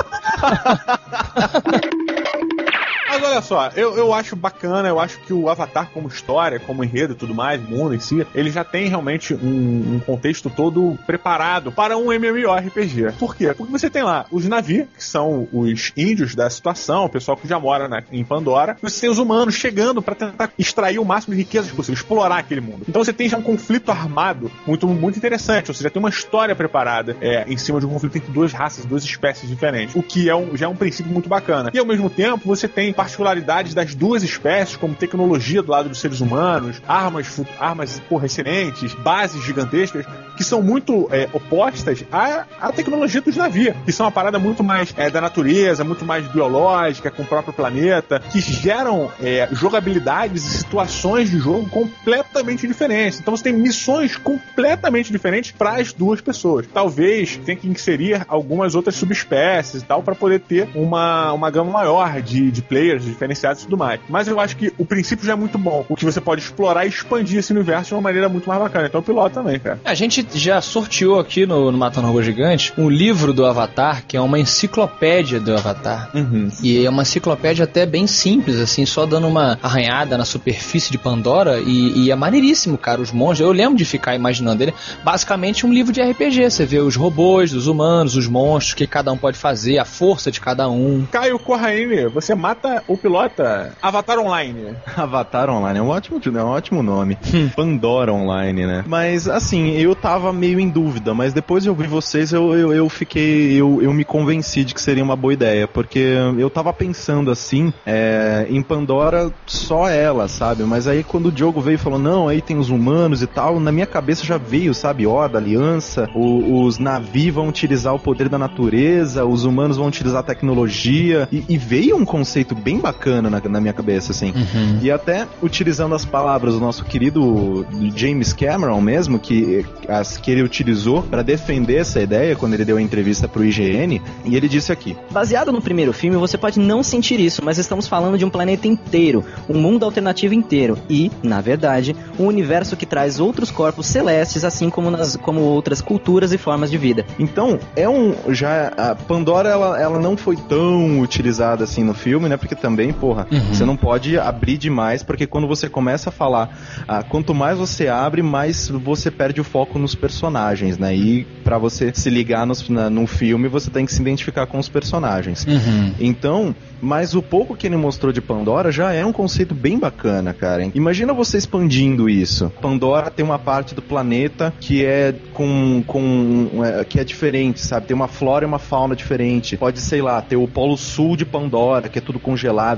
Mas olha só, eu, eu acho bacana, eu acho que o Avatar como história, como enredo e tudo mais, mundo em si, ele já tem realmente um, um contexto todo preparado para um MMORPG. Por quê? Porque você tem lá os Na'vi, que são os índios da situação, o pessoal que já mora na, em Pandora, e você tem os humanos chegando para tentar extrair o máximo de riquezas possível, explorar aquele mundo. Então você tem já um conflito armado muito, muito interessante, ou seja, tem uma história preparada é, em cima de um conflito entre duas raças, duas espécies diferentes, o que é um, já é um princípio muito bacana. E ao mesmo tempo você tem particularidades das duas espécies, como tecnologia do lado dos seres humanos, armas, armas porra, excelentes, bases gigantescas, que são muito é, opostas à, à tecnologia dos navios, que são uma parada muito mais é, da natureza, muito mais biológica, com o próprio planeta, que geram é, jogabilidades e situações de jogo completamente diferentes. Então você tem missões completamente diferentes para as duas pessoas. Talvez tenha que inserir algumas outras subespécies e tal, para poder ter uma, uma gama maior de, de players diferenciados e tudo mais. Mas eu acho que o princípio já é muito bom. O que você pode explorar e expandir esse universo de uma maneira muito mais bacana. Então o piloto também, cara. A gente já sorteou aqui no, no Matando Robô Gigante um livro do Avatar, que é uma enciclopédia do Avatar. Uhum. E é uma enciclopédia até bem simples, assim, só dando uma arranhada na superfície de Pandora. E, e é maneiríssimo, cara. Os monstros, eu lembro de ficar imaginando ele. Basicamente um livro de R P G. Você vê os robôs, os humanos, os monstros, o que cada um pode fazer, a força de cada um. Caio Corraine, você mata ou pilota Avatar Online? Avatar Online é um ótimo, é um ótimo nome. Pandora Online, né? Mas assim, eu tava meio em dúvida, mas depois de ouvir vocês, eu, eu, eu fiquei. Eu, eu me convenci de que seria uma boa ideia, porque eu tava pensando assim, é, em Pandora só ela, sabe? Mas aí quando o Diogo veio e falou, não, aí tem os humanos e tal, na minha cabeça já veio, sabe? Horda, Aliança, o, os Na'vi vão utilizar o poder da natureza, os humanos vão utilizar a tecnologia, e, e veio um conceito bem bacana na, na minha cabeça, assim. Uhum. E até utilizando as palavras do nosso querido James Cameron mesmo, que, as, que ele utilizou para defender essa ideia quando ele deu a entrevista pro I G N, e ele disse aqui: baseado no primeiro filme, você pode não sentir isso, mas estamos falando de um planeta inteiro, um mundo alternativo inteiro, e, na verdade, um universo que traz outros corpos celestes, assim como, nas, como outras culturas e formas de vida. Então, é um... já a Pandora, ela, ela não foi tão utilizada assim no filme, né? Porque também, porra, uhum. você não pode abrir demais, porque quando você começa a falar, ah, quanto mais você abre, mais você perde o foco nos personagens, né? E pra você se ligar nos, na, no filme, você tem que se identificar com os personagens. Uhum. Então, mas o pouco que ele mostrou de Pandora já é um conceito bem bacana, cara. Imagina você expandindo isso. Pandora tem uma parte do planeta que é com, com é, que é diferente, sabe? Tem uma flora e uma fauna diferente. Pode, sei lá, ter o Polo Sul de Pandora, que é tudo congelado,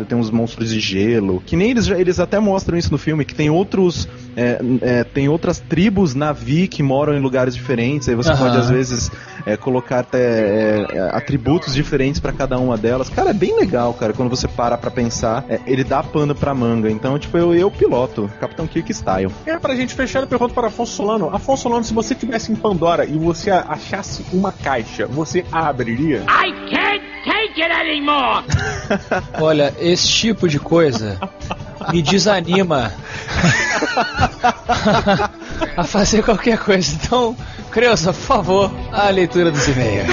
tem uns monstros de gelo, que nem eles, eles até mostram isso no filme, que tem outros, é, é, tem outras tribos Na'vi que moram em lugares diferentes, aí você uhum. pode às vezes é, colocar até é, atributos diferentes pra cada uma delas. Cara, é bem legal, cara, quando você para pra pensar, é, ele dá pano pra manga, então tipo, eu, eu piloto, Capitão Kirk style. É, pra gente fechar, eu pergunto para Afonso Solano. Afonso Solano, se você estivesse em Pandora e você achasse uma caixa, você a abriria? I can't take it anymore! Olha, esse tipo de coisa me desanima a fazer qualquer coisa. Então, Creuza, por favor, a leitura dos e-mails.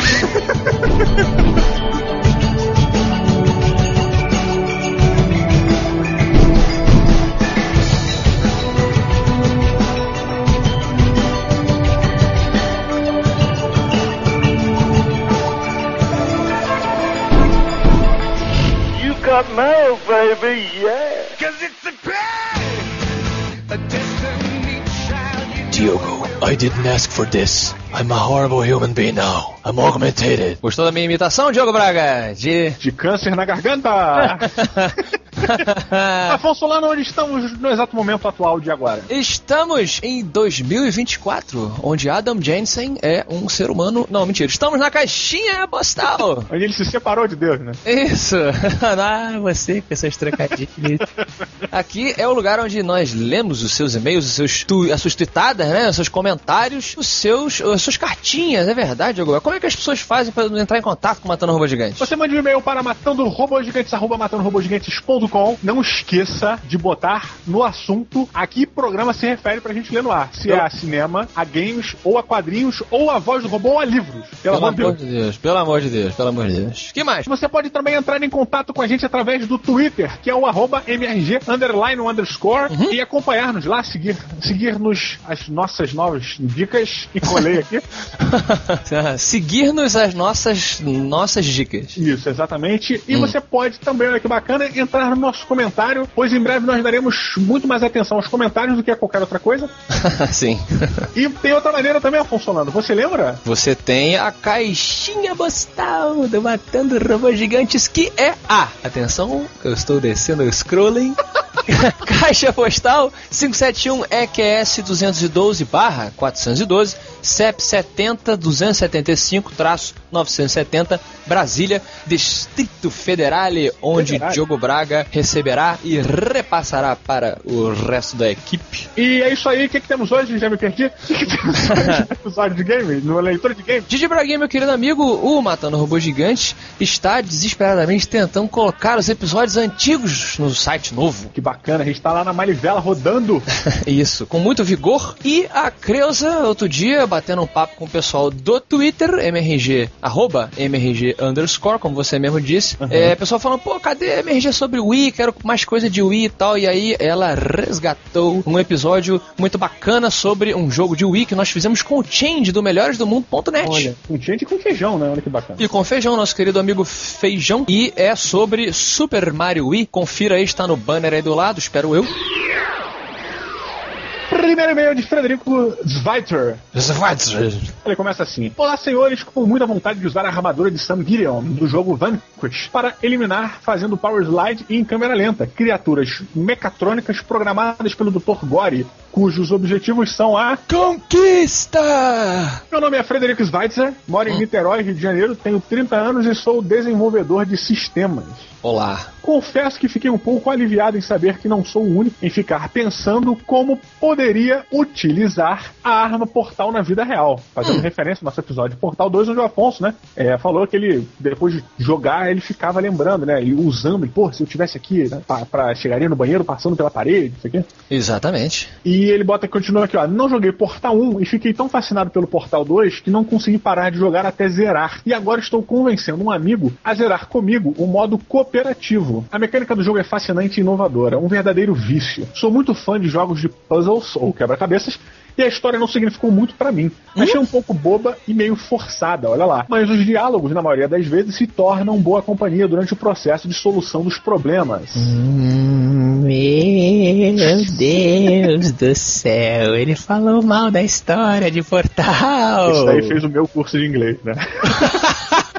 Got mail, baby, yeah. Cause it's a pain, a destiny child. Diogo, I didn't ask for this. I'm a horrible human being now. I'm augmented. Gostou da minha imitação, Diogo Braga? De... De câncer na garganta. Afonso Solano, onde estamos no exato momento atual de agora? Estamos em dois mil e vinte e quatro, onde Adam Jensen é um ser humano... Não, mentira. Estamos na caixinha postal. Onde ele se separou de Deus, né? Isso. Ah, você com essas trocadilhas. Aqui é o lugar onde nós lemos os seus e-mails, os seus tu... as suas tweetadas, né? Os seus comentários, os seus... as suas cartinhas, é verdade, Diogo? Como é que as pessoas fazem para entrar em contato com Matando Robôs Gigantes? Você manda um e-mail para matandorobogigantes, arroba matandorobogigantes ponto com. Não esqueça de botar no assunto a que programa se refere pra gente ler no ar. Se Eu... é a cinema, a games, ou a quadrinhos, ou a voz do robô, ou a livros. Pelo, pelo amor de Deus, pelo amor de Deus, pelo amor de Deus. Que mais? Você pode também entrar em contato com a gente através do Twitter, que é o arroba mrg underline underscore, uhum. e acompanhar-nos lá, seguir, seguir-nos as nossas novas dicas, e colei aqui. Seguir-nos as nossas, nossas dicas. Isso, exatamente. E hum. você pode também, olha que bacana, entrar no nosso comentário, pois em breve nós daremos muito mais atenção aos comentários do que a qualquer outra coisa. Sim. E tem outra maneira também, Afonso Solano. Você lembra? Você tem a caixinha postal do Matando Robôs Gigantes, que é a... Atenção, eu estou descendo o scrolling. Caixa postal cinco sete um E Q S duzentos e doze barra quatrocentos e doze, C E P setenta duzentos e setenta e cinco traço novecentos e setenta, Brasília, Distrito Federal, onde Federal. Diogo Braga receberá e repassará para o resto da equipe. E é isso aí, o que, que temos hoje? Já me perdi? O que, que temos hoje no episódio de game? No leitor de game? Didi Braguinha, meu querido amigo, o Matando Robô Gigante está desesperadamente tentando colocar os episódios antigos no site novo. Que bacana, a gente tá lá na manivela rodando. Isso, com muito vigor. E a Creuza, outro dia, batendo um papo com o pessoal do Twitter, mrg, arroba mrg underscore, como você mesmo disse. Uhum. É, o pessoal falando, pô, cadê M R G sobre o Wii? Quero mais coisa de Wii e tal. E aí ela resgatou um episódio muito bacana sobre um jogo de Wii que nós fizemos com o Change do melhores do mundo ponto net. Olha, com Change e com feijão, né? Olha que bacana. E com feijão, nosso querido amigo Feijão. E é sobre Super Mario Wii. Confira aí, está no banner aí do lado, espero eu. Primeiro e-mail de Frederico Zweiter. Zweiter. Ele começa assim: olá, senhores, com muita vontade de usar a armadura de Sam Gideon do jogo Vanquish para eliminar, fazendo power slide em câmera lenta, criaturas mecatrônicas programadas pelo doutor Gore, cujos objetivos são a conquista! Meu nome é Frederico Zweiter, moro em Niterói, Rio de Janeiro, tenho trinta anos e sou desenvolvedor de sistemas. Olá. Confesso que fiquei um pouco aliviado em saber que não sou o único em ficar pensando como poderia utilizar a arma Portal na vida real. Fazendo hum. referência ao nosso episódio Portal dois, onde o Afonso, né, é, falou que ele, depois de jogar, ele ficava lembrando, né, e usando, pô, se eu tivesse aqui, né, pra, pra chegaria no banheiro passando pela parede, isso aqui. Exatamente. E ele bota, continua aqui, ó, não joguei Portal um e fiquei tão fascinado pelo Portal dois que não consegui parar de jogar até zerar. E agora estou convencendo um amigo a zerar comigo o modo cooperativo. A mecânica do jogo é fascinante e inovadora, um verdadeiro vício. Sou muito fã de jogos de puzzles ou quebra-cabeças, e a história não significou muito pra mim. Achei um pouco boba e meio forçada, olha lá. Mas os diálogos, na maioria das vezes, se tornam boa companhia durante o processo de solução dos problemas. Hum, meu Deus do céu, ele falou mal da história de Portal. Isso daí fez o meu curso de inglês, né?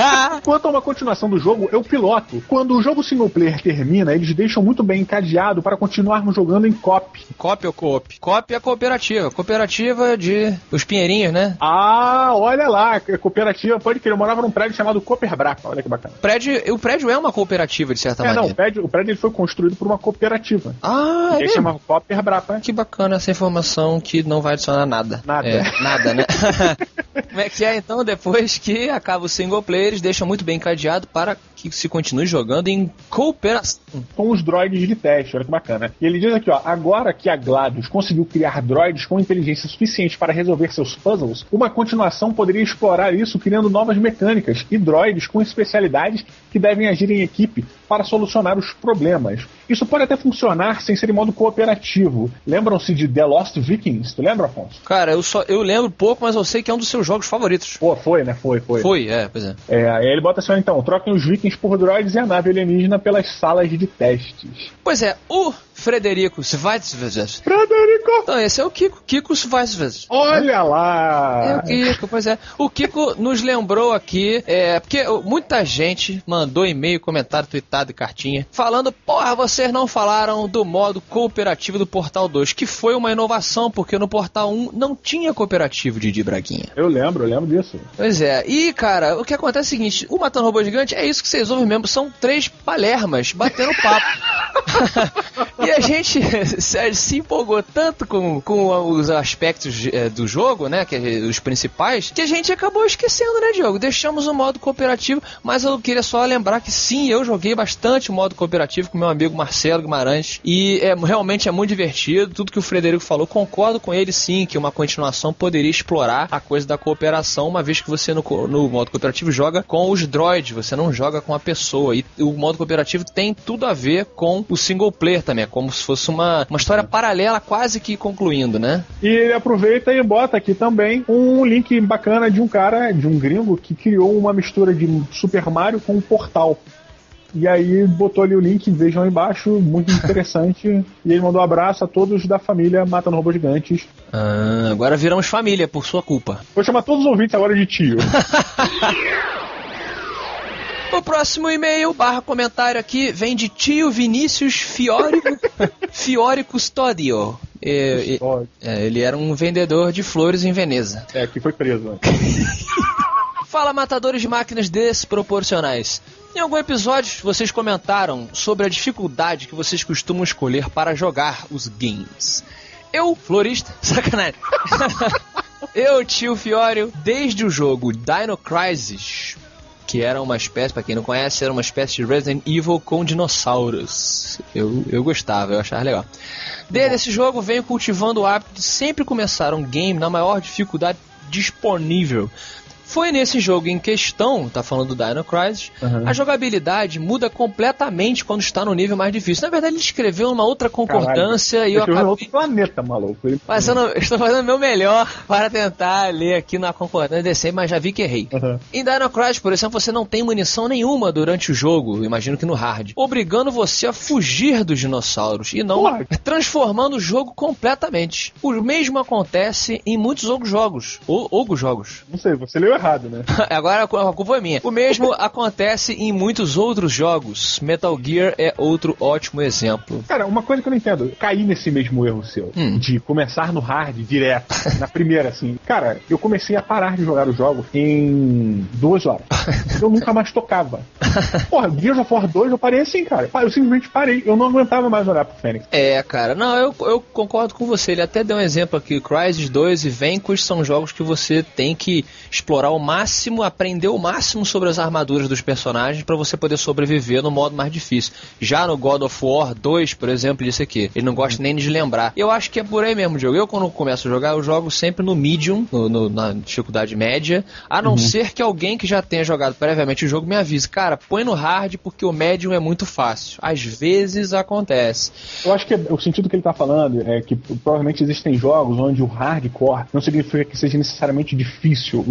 quanto a uma continuação do jogo, eu piloto. Quando o jogo single player termina, eles deixam muito bem encadeado para continuarmos jogando em co-op. Co-op ou co-op? Co-op é cooperativa. Cooperativa de os pinheirinhos, né? Ah, olha lá, cooperativa, pode crer. Eu morava num prédio chamado Cooper Brapa, olha que bacana. Prédio, o prédio é uma cooperativa, de certa é, maneira. Não, o prédio, o prédio ele foi construído por uma cooperativa. Ah, e é ele chamava Cooper Brapa. Que bacana essa informação que não vai adicionar nada. Nada. É, nada, né? Como é que é, então, depois que acaba o single player, eles deixam muito bem encadeado para que se continue jogando em cooperação. Com os droids de teste, olha que bacana. E ele diz aqui, ó, agora que a GLaDOS conseguiu criar droids com inteligência suficiente para resolver seus puzzles, uma continuação poderia explorar isso criando novas mecânicas e droids com especialidades que devem agir em equipe para solucionar os problemas. Isso pode até funcionar sem ser em modo cooperativo. Lembram-se de The Lost Vikings? Tu lembra, Afonso? Cara, eu só eu lembro pouco, mas eu sei que é um dos seus jogos favoritos. Pô, foi, né? Foi, foi. Foi, é, pois é. É, aí ele bota assim, então, troquem os vikings por droids e a nave alienígena pelas salas de testes. Pois é, o Frederico Schweizwitz. Frederico! Então, esse é o Kiko, Kiko Schweizwitz. Olha lá! É o Kiko, pois é. O Kiko nos lembrou aqui, é, porque muita gente mandou e-mail, comentário, tweetado e cartinha, falando, porra, vocês não falaram do modo cooperativo do Portal dois, que foi uma inovação, porque no Portal um não tinha cooperativo, Didi Braguinha. Eu lembro, eu lembro disso. Pois é, e cara, o que acontece é o seguinte, o Matando Robô Gigante é isso que vocês ouvem mesmo, são três palermas batendo papo. E a gente se empolgou tanto com, com os aspectos é, do jogo, né, que é, os principais, que a gente acabou esquecendo, né, Diogo? Deixamos o modo cooperativo, mas eu queria só lembrar que sim, eu joguei bastante o modo cooperativo com meu amigo Marcelo Guimarães, e é, realmente é muito divertido, tudo que o Frederico falou, concordo com ele sim, que uma continuação poderia explorar a coisa da cooperação, uma vez que você no, no modo cooperativo joga com os droids, você não joga com a pessoa, e o modo cooperativo tem tudo a ver com o single player também, é como se fosse uma, uma história paralela quase que concluindo, né? E ele aproveita e bota aqui também um link bacana de um cara, de um gringo, que criou uma mistura de Super Mario com um Portal. E aí botou ali o link, vejam aí embaixo, muito interessante. E ele mandou um abraço a todos da família Matando Robôs Gigantes. Ah, agora viramos família, por sua culpa. Vou chamar todos os ouvintes agora de tio. O próximo e-mail barra comentário aqui vem de tio Vinícius Fiori, Fiori Custodio. E, e, é, ele era um vendedor de flores em Veneza. É, que foi preso. Né? Fala, matadores de máquinas desproporcionais. Em algum episódio, vocês comentaram sobre a dificuldade que vocês costumam escolher para jogar os games. Eu, florista, sacanagem. Eu, tio Fiório, desde o jogo Dino Crisis, que era uma espécie, pra quem não conhece, era uma espécie de Resident Evil com dinossauros. Eu, eu gostava, eu achava legal. Desde esse jogo, venho cultivando o hábito de sempre começar um game na maior dificuldade disponível. Foi nesse jogo em questão, tá falando do Dino Crisis, uhum. A jogabilidade muda completamente quando está no nível mais difícil. Na verdade, ele escreveu uma outra concordância. Caralho, e eu acabei... outro planeta, maluco. Ele... Mas eu, não, eu estou fazendo o meu melhor para tentar ler aqui na concordância e descer, mas já vi que errei. Uhum. Em Dino Crisis, por exemplo, você não tem munição nenhuma durante o jogo, imagino que no hard, obrigando você a fugir dos dinossauros e não Ué. transformando o jogo completamente. O mesmo acontece em muitos outros jogos. Ou outros jogos. Não sei, você leu errado, né? Agora a culpa é minha. O mesmo acontece em muitos outros jogos. Metal Gear é outro ótimo exemplo. Cara, uma coisa que eu não entendo, cair nesse mesmo erro seu, hum. de começar no hard direto, na primeira, assim. Cara, eu comecei a parar de jogar o jogo em duas horas. Eu nunca mais tocava. Porra, Gears of War dois eu parei assim, cara. Eu simplesmente parei. Eu não aguentava mais olhar pro Fênix. É, cara. Não, eu, eu concordo com você. Ele até deu um exemplo aqui. Crysis dois e Vanquish são jogos que você tem que explorar o máximo, aprender o máximo sobre as armaduras dos personagens para você poder sobreviver no modo mais difícil. Já no God of War dois, por exemplo, isso aqui, ele não gosta nem de lembrar. Eu acho que é por aí mesmo, Diogo. Eu, quando começo a jogar, eu jogo sempre no medium, no, no, na dificuldade média, a não uhum. ser que alguém que já tenha jogado previamente o jogo me avise, cara, põe no hard porque o medium é muito fácil. Às vezes acontece. Eu acho que o sentido que ele tá falando é que provavelmente existem jogos onde o hardcore não significa que seja necessariamente difícil, os inimigos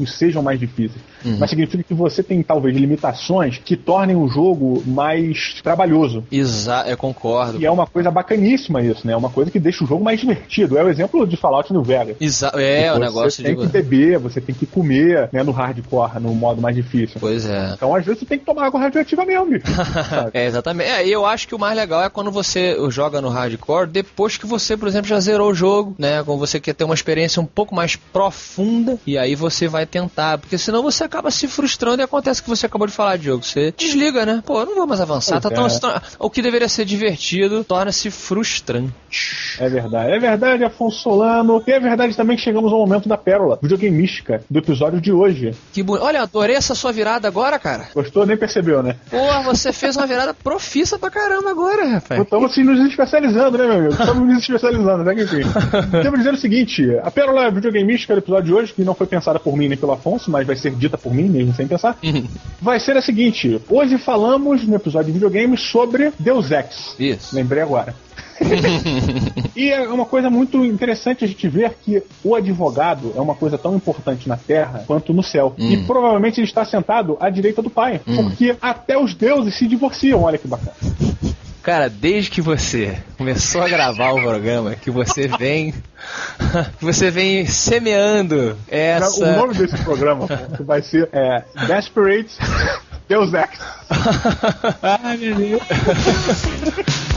jogos sejam mais difíceis. Uhum. Mas significa que você tem, talvez, limitações que tornem o jogo mais trabalhoso. Exato, eu concordo. E é uma coisa bacaníssima isso, né? É uma coisa que deixa o jogo mais divertido. É o exemplo de Fallout New Vegas. Exato, é o negócio de... Você tem que beber, você tem que comer, né, no hardcore, no modo mais difícil. Pois é. Então, às vezes, você tem que tomar água radioativa mesmo, bicho. É, exatamente. É, e eu acho que o mais legal é quando você joga no hardcore, depois que você, por exemplo, já zerou o jogo, né? Quando você quer ter uma experiência um pouco mais profunda, e aí você vai tentar, porque senão você acaba se frustrando e acontece o que você acabou de falar, Diogo. Você desliga, né? Pô, eu não vou mais avançar. Tá tão, é. O que deveria ser divertido torna-se frustrante. É verdade. É verdade, Afonso Solano. E é verdade também que chegamos ao momento da pérola, videogame mística, do episódio de hoje. Que bonito. Olha, adorei essa sua virada agora, cara. Gostou? Nem percebeu, né? Pô, você fez uma virada profissa pra caramba agora, rapaz. Estamos assim, nos especializando, né, meu amigo? Estamos nos especializando, né, enfim. Devo dizer o seguinte, a pérola videogame mística do episódio de hoje, que não foi pensada por mim nem pelo Afonso, mas vai ser dita por mim, mesmo sem pensar, uhum. vai ser a seguinte: hoje falamos no episódio de videogames sobre Deus Ex. Isso. Lembrei agora. E é uma coisa muito interessante a gente ver que o advogado é uma coisa tão importante na Terra quanto no céu. Hum. E provavelmente ele está sentado à direita do Pai, hum. porque até os deuses se divorciam. Olha que bacana. Cara, desde que você começou a gravar o programa, que você vem que você vem semeando essa... O nome desse programa vai ser é, Desperate Deus Ex. Ai, meu Deus.